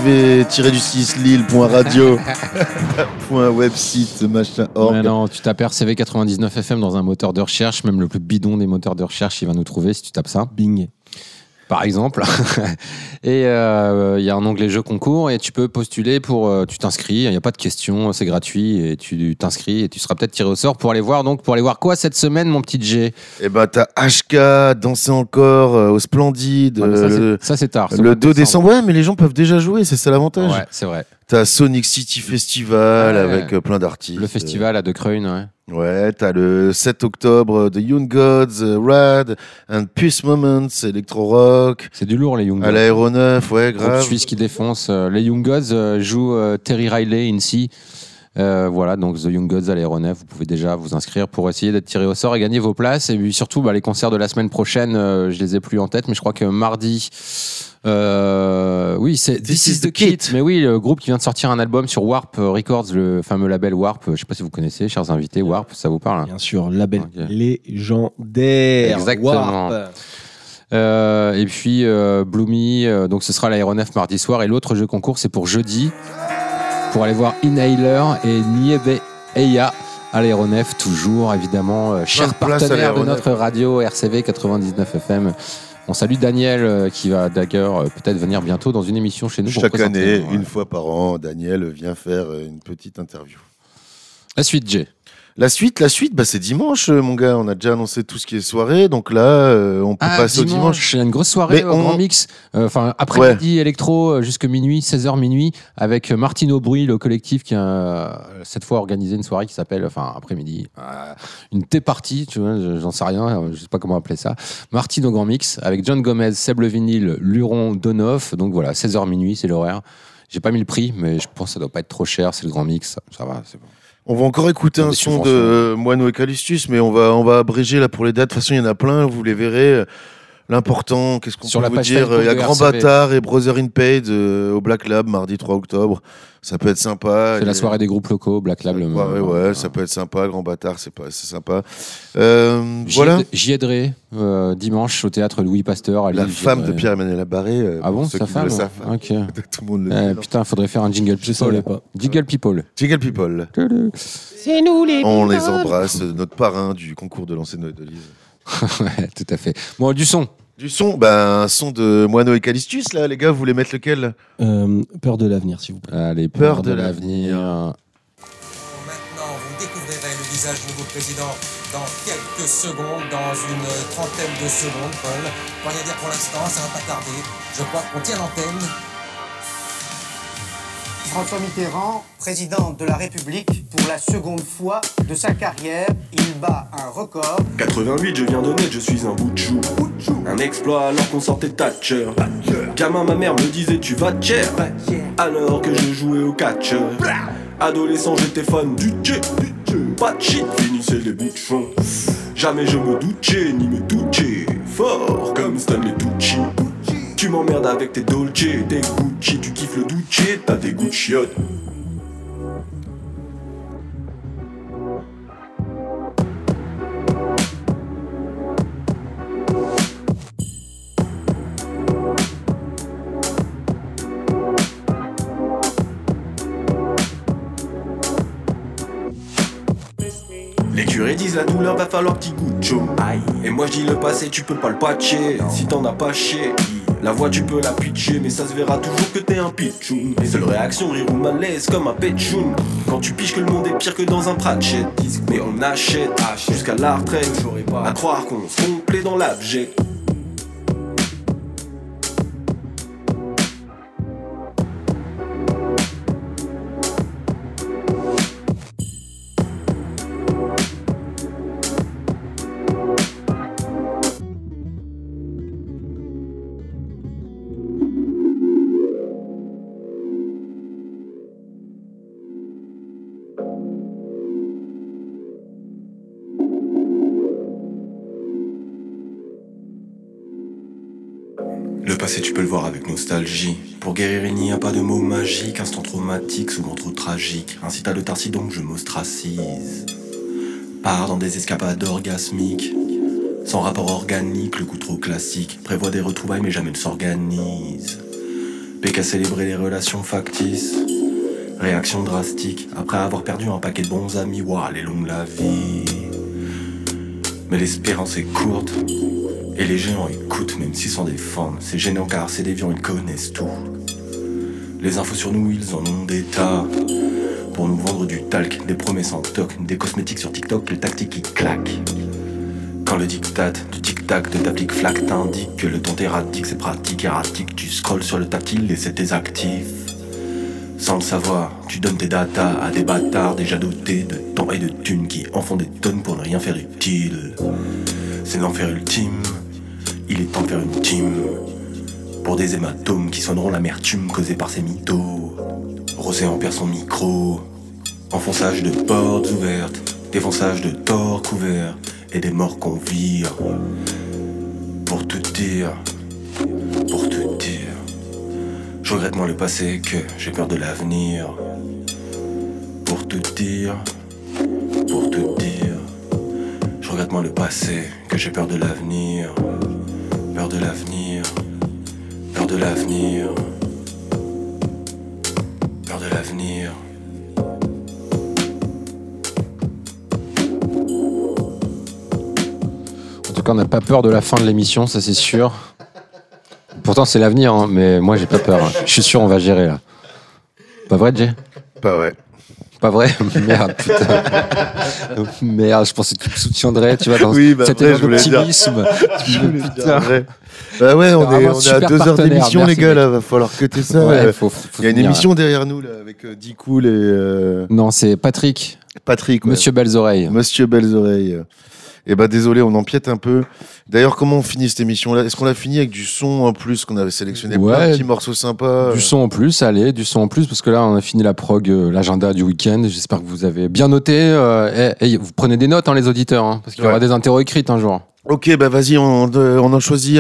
rcv-lille.radio.website machin org. Mais non, tu tapes RCV 99 FM dans un moteur de recherche, même le plus bidon des moteurs de recherche, il va nous trouver si tu tapes ça. Bing. Par exemple. Et il y a un onglet jeux concours et tu peux postuler pour... tu t'inscris, il n'y a pas de questions, c'est gratuit et tu t'inscris et tu seras peut-être tiré au sort pour aller voir. Donc, pour aller voir quoi cette semaine, mon petit G? Eh ben, t'as HK, Danser encore, au Splendide. Ouais, ça, c'est tard. Le 2 décembre. Ouais, mais les gens peuvent déjà jouer, c'est ça l'avantage. Ouais, c'est vrai. T'as Sonic City Festival avec plein d'artistes. Le festival à De Creune, ouais. Ouais, t'as le 7 octobre The Young Gods, Rad and Peace Moments, Electro Rock. C'est du lourd, les Young Gods. À l'Aéronef, ouais, grave. Suisse qui défonce. Les Young Gods jouent Terry Riley, Incy. Voilà, donc The Young Gods à l'Aéronef, vous pouvez déjà vous inscrire pour essayer d'être tiré au sort et gagner vos places. Et puis surtout, les concerts de la semaine prochaine, je les ai plus en tête, mais je crois que mardi... oui, c'est This is the Kit. Mais oui, le groupe qui vient de sortir un album sur Warp Records, le fameux label Warp. Je sais pas si vous connaissez, chers invités, Warp, ça vous parle? Bien sûr, label légendaire. Exactement. Warp. Et puis Bloomy, donc ce sera à l'Aéronef mardi soir. Et l'autre jeu concours, c'est pour jeudi, pour aller voir Inhaler et Niebe Eya à l'Aéronef, toujours évidemment, cher partenaire de notre radio RCV 99 FM. On salue Daniel qui va d'ailleurs peut-être venir bientôt dans une émission chez nous. Chaque année, une fois par an, Daniel vient faire une petite interview. La suite, Jay. La suite, c'est dimanche, mon gars. On a déjà annoncé tout ce qui est soirée, donc là, on peut passer au dimanche. Il y a une grosse soirée au Grand Mix, après-midi électro jusqu'à minuit, 16h minuit, avec Martine Aubry, le collectif qui a cette fois organisé une soirée qui s'appelle, après-midi, une thé-party, tu vois, j'en sais rien, je sais pas comment appeler ça. Martine au Grand Mix, avec John Gomez, Seb Le Vinyle, Luron, Donoff, donc voilà, 16h minuit, c'est l'horaire. J'ai pas mis le prix, mais je pense que ça doit pas être trop cher, c'est le Grand Mix, ça va, c'est bon. On va encore écouter un son de Moineau et Callistus, mais on va abréger là pour les dates. De toute façon, il y en a plein, vous les verrez. L'important, qu'est-ce qu'on peut vous dire? Il y a Grand Bâtard et Brother in Paid au Black Lab, mardi 3 octobre. Ça peut être sympa. C'est la soirée des groupes locaux, Black Lab. Ouais, ça peut être sympa. Grand Bâtard, c'est sympa. Voilà. J'y aiderai dimanche au théâtre Louis Pasteur. La femme de Pierre-Emmanuel Labarré. Ah bon, sa femme? Ok. Tout le monde le dit. Putain, faudrait faire un jingle people. Je savais pas. Jingle people. Jingle people. C'est nous les On les embrasse, notre parrain du concours de lancer Noël de Lise. Ouais, tout à fait. Bon, du son. Du son, un son de Moineau et Callistus, là, les gars, vous voulez mettre lequel? Peur de l'avenir, s'il vous plaît. Allez, Peur de l'avenir. Maintenant, vous découvrirez le visage du nouveau président dans quelques secondes, dans une trentaine de secondes, Paul. Pour rien dire pour l'instant, ça va pas tarder. Je crois qu'on tient l'antenne. François Mitterrand, président de la République, pour la seconde fois de sa carrière, il bat un record. 88, je viens de naître, je suis un bout de chou. Un exploit alors qu'on sortait Thatcher. Gamin, ma mère me disait tu vas te cher. Alors que je jouais au catch. Adolescent, j'étais fan du tché. Pas de shit, finissait les bouchons. Jamais je me doutais, ni me doutais. Fort comme Stanley Tucci. Tu m'emmerdes avec tes Dolce, tes Gucci. Tu kiffes le Duce, t'as des goûts de chiottes. Les curés disent la douleur va falloir petit goût de chaud. Et moi je dis le passé tu peux pas le patcher. Si t'en as pas chier, la voix tu peux la pitcher. Mais ça se verra toujours que t'es un pitchoun. Seule réaction rire ou malaise comme un petchoun. Quand tu piges que le monde est pire que dans un pratchett. Mais on achète jusqu'à la retraite. À croire qu'on se complaît dans l'abject. Le passé tu peux le voir avec nostalgie. Pour guérir il n'y a pas de mots magiques. Instant traumatique, souvent trop tragique. Ainsi t'as le tarsi donc je m'ostracise. Pars dans des escapades orgasmiques. Sans rapport organique, le coup trop classique. Prévoit des retrouvailles mais jamais ne s'organise. Péc à célébrer les relations factices. Réaction drastique. Après avoir perdu un paquet de bons amis. Ouah, elle est longue la vie. Mais l'espérance est courte. Et les géants écoutent même s'ils s'en défendent. C'est gênant car ces déviants ils connaissent tout. Les infos sur nous ils en ont des tas. Pour nous vendre du talc, des promesses en toc. Des cosmétiques sur TikTok, le tactique qui claque. Quand le diktat du tic-tac de ta flic flac t'indique que le temps erratique c'est pratique, erratique. Tu scrolles sur le tactile et c'est désactif. Sans le savoir, tu donnes tes datas à des bâtards déjà dotés de temps et de thunes qui en font des tonnes pour ne rien faire utile. C'est l'enfer ultime. Il est temps de faire une team pour des hématomes qui soigneront l'amertume causée par ces mythos. Rosé en perd son micro. Enfonçage de portes ouvertes, défonçage de torts couverts et des morts qu'on vire. Pour tout dire, je regrette moins le passé que j'ai peur de l'avenir. Pour tout dire, je regrette moins le passé que j'ai peur de l'avenir. Peur de l'avenir, peur de l'avenir, peur de l'avenir. En tout cas, on n'a pas peur de la fin de l'émission, ça c'est sûr. Pourtant, c'est l'avenir, hein, mais moi j'ai pas peur. Hein. Je suis sûr, on va gérer là. Pas vrai, Jay ? Pas vrai. Pas vrai ? Merde, putain. Merde, je pensais que tu me soutiendrais, tu vois, dans cet vrai, élan d'optimisme. Bah ouais, on est à super 2 heures d'émission, merci, les gars, mec. là, va falloir cuter ça. Ouais, il y a une émission derrière nous, là, avec D-Cool et... Non, c'est Patrick. Patrick, ouais. Monsieur Belles Oreilles. Monsieur Belles Oreilles. Et bah désolé, on empiète un peu. D'ailleurs, comment on finit cette émission-là ? Est-ce qu'on l'a fini avec du son en plus, qu'on avait sélectionné plein de petits morceaux sympas Du son en plus, allez, du son en plus, parce que là, on a fini la prog, l'agenda du week-end. J'espère que vous avez bien noté. Vous prenez des notes, hein, les auditeurs, hein, parce qu'il y aura des interros écrites un jour. Ok, bah vas-y, on en choisit...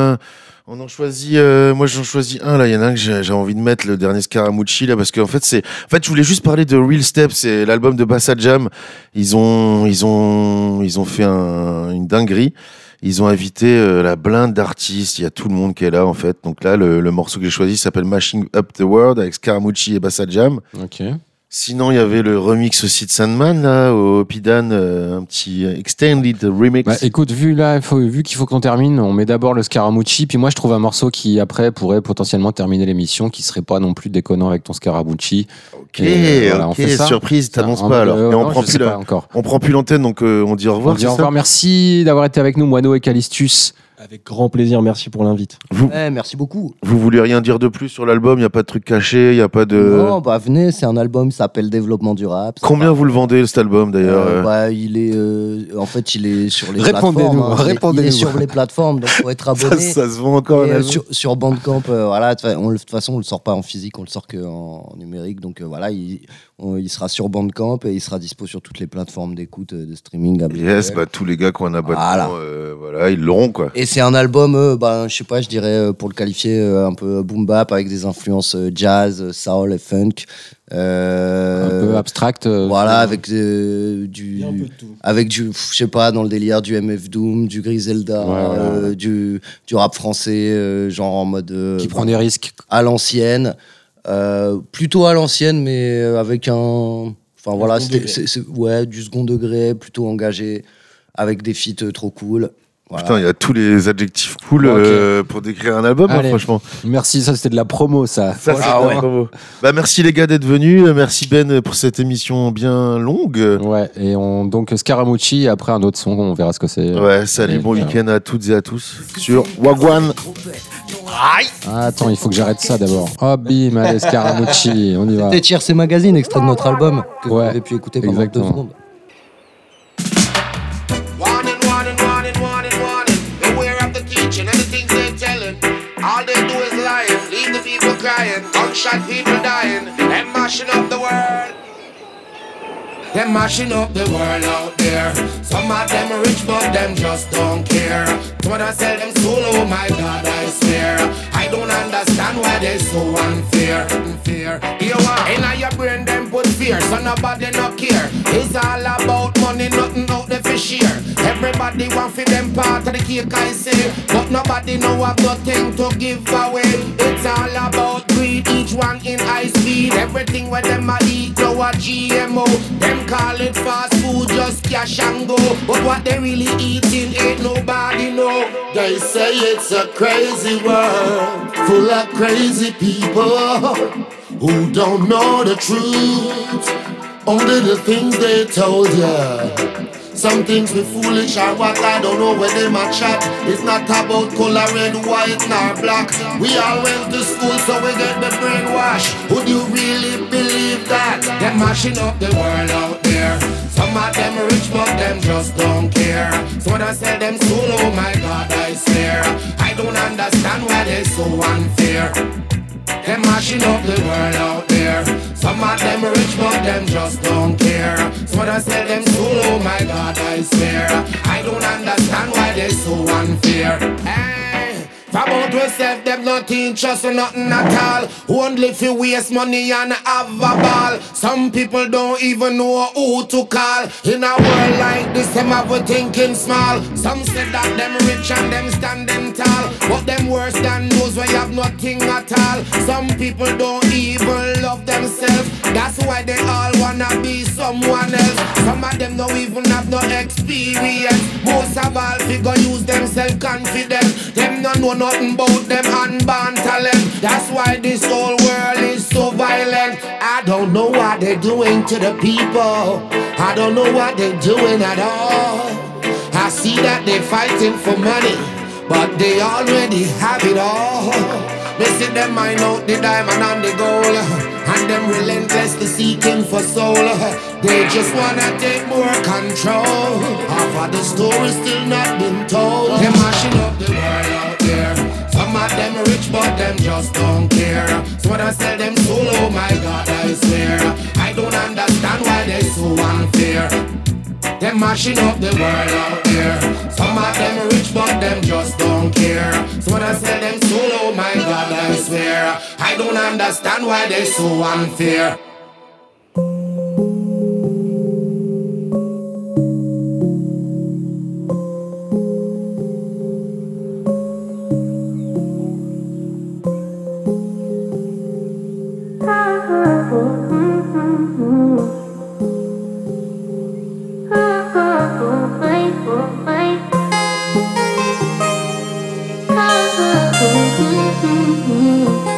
moi j'en choisis un là, il y en a un que j'ai envie de mettre, le dernier Scaramucci là, parce qu'en fait je voulais juste parler de Real Step, c'est l'album de Bassa Jam. Ils ont fait une dinguerie. Ils ont invité la blinde d'artistes, il y a tout le monde qui est là en fait. Donc là le morceau que j'ai choisi s'appelle Mashing Up the World avec Scaramucci et Bassa Jam. OK. Sinon, il y avait le remix aussi de Sandman, là, au Pidan, un petit extended remix. Bah, écoute, vu qu'il faut qu'on termine, on met d'abord le Scaramucci, puis moi je trouve un morceau qui, après, pourrait potentiellement terminer l'émission, qui serait pas non plus déconnant avec ton Scaramucci. Ok, voilà, surprise, t'annonces pas alors. Et on prend plus l'antenne, donc on dit au revoir. On dit au revoir, merci d'avoir été avec nous, Moineau et Calistus. Avec grand plaisir, merci pour l'invite. Merci beaucoup. Vous voulez rien dire de plus sur l'album? Il n'y a pas de truc caché, il n'y a pas de... Non, bah venez, c'est un album qui s'appelle Développement du rap. Combien vous le vendez, cet album, d'ailleurs Bah, il est... en fait, il est sur les Répondez-nous, plateformes. répondez-nous. Il est sur les plateformes, donc faut être abonné. ça se vend encore, Et, un album sur Bandcamp, voilà, de toute façon, on le sort pas en physique, on le sort qu'en numérique. Donc voilà, il sera sur Bandcamp et il sera dispo sur toutes les plateformes d'écoute, de streaming. Yes, bah, tous les gars qui ont un abonnement, voilà, ils l'auront, quoi. Et c'est un album, je sais pas, je dirais, pour le qualifier, un peu boom bap avec des influences jazz, soul et funk. Un peu abstract. Voilà, avec du, je sais pas, dans le délire du MF Doom, du Griselda, du rap français, genre en mode. Qui prend des risques. À l'ancienne. Plutôt à l'ancienne, mais avec un. Enfin voilà, c'est du second degré, plutôt engagé, avec des feats trop cool. Voilà. Putain, il y a tous les adjectifs cool pour décrire un album, hein, franchement. Merci, ça c'était de la promo, ça. C'est de la promo. Bah, merci les gars d'être venus. Merci Ben pour cette émission bien longue. Ouais, et donc Scaramucci, après un autre son, on verra ce que c'est. Ouais, salut, bon week-end à toutes et à tous sur Wagwan. Attends, il faut que j'arrête ça d'abord. Oh bim, allez Scaramucci, on y va. C'était TRC Magazine, extrait de notre album, que vous avez pu écouter pendant 2 secondes. All they do is lying, leave the people crying, gunshot people dying, them mashing up the world. Them mashing up the world out there. Some of them are rich but them just don't care. When I sell them soul, oh my God, I swear I don't understand why they're so unfair. You want in your brain them put fear, so nobody no care. It's all about money, nothing out there for share. Everybody want for them part of the cake I say, but nobody know have nothing to give away. It's all about greed, each one in high speed. Everything where them a eat, no a GMO. Them call it fast food, just cash and go. But what they really eating ain't nobody know. They say it's a crazy world, full of crazy people who don't know the truth, only the things they told ya. Some things we foolish or what, I don't know where they match at. It's not about color, red, white, nor black. We all went to school so we get the brainwash. Would you really believe that? They're mashing up the world out there. Some of them rich but them just don't care. So when I say them soul, oh my God, I swear I don't understand why they're so unfair. They're mashing up the world out there. Some of them rich but them just don't care. So when I say them soul, oh my God, I swear I don't understand why they're so unfair. About yourself, them not teach us nothing at all. Only if you waste money and have a ball. Some people don't even know who to call. In a world like this, them have a thinking small. Some say that them rich and them standing tall, but them worse than those where you have nothing at all. Some people don't even love themselves. That's why they all wanna be someone else. Some of them don't even have no experience. Most of all figure use them self-confident. Them no know nothing about them unborn talent. That's why this whole world is so violent. I don't know what they're doing to the people. I don't know what they're doing at all. I see that they're fighting for money, but they already have it all. They see them mine out the diamond and the gold, and them relentlessly seeking for soul. They just wanna take more control. Half of the story still not been told. They're mashing up the world out there. Some of them rich but them just don't care. So when I sell them soul, oh my God, I swear I don't understand why they're so unfair. They're mashing up the world out there. Some of them rich but them just don't care. So when I sell them soul, oh my God, I swear I don't understand why they're so unfair. Mm-hmm.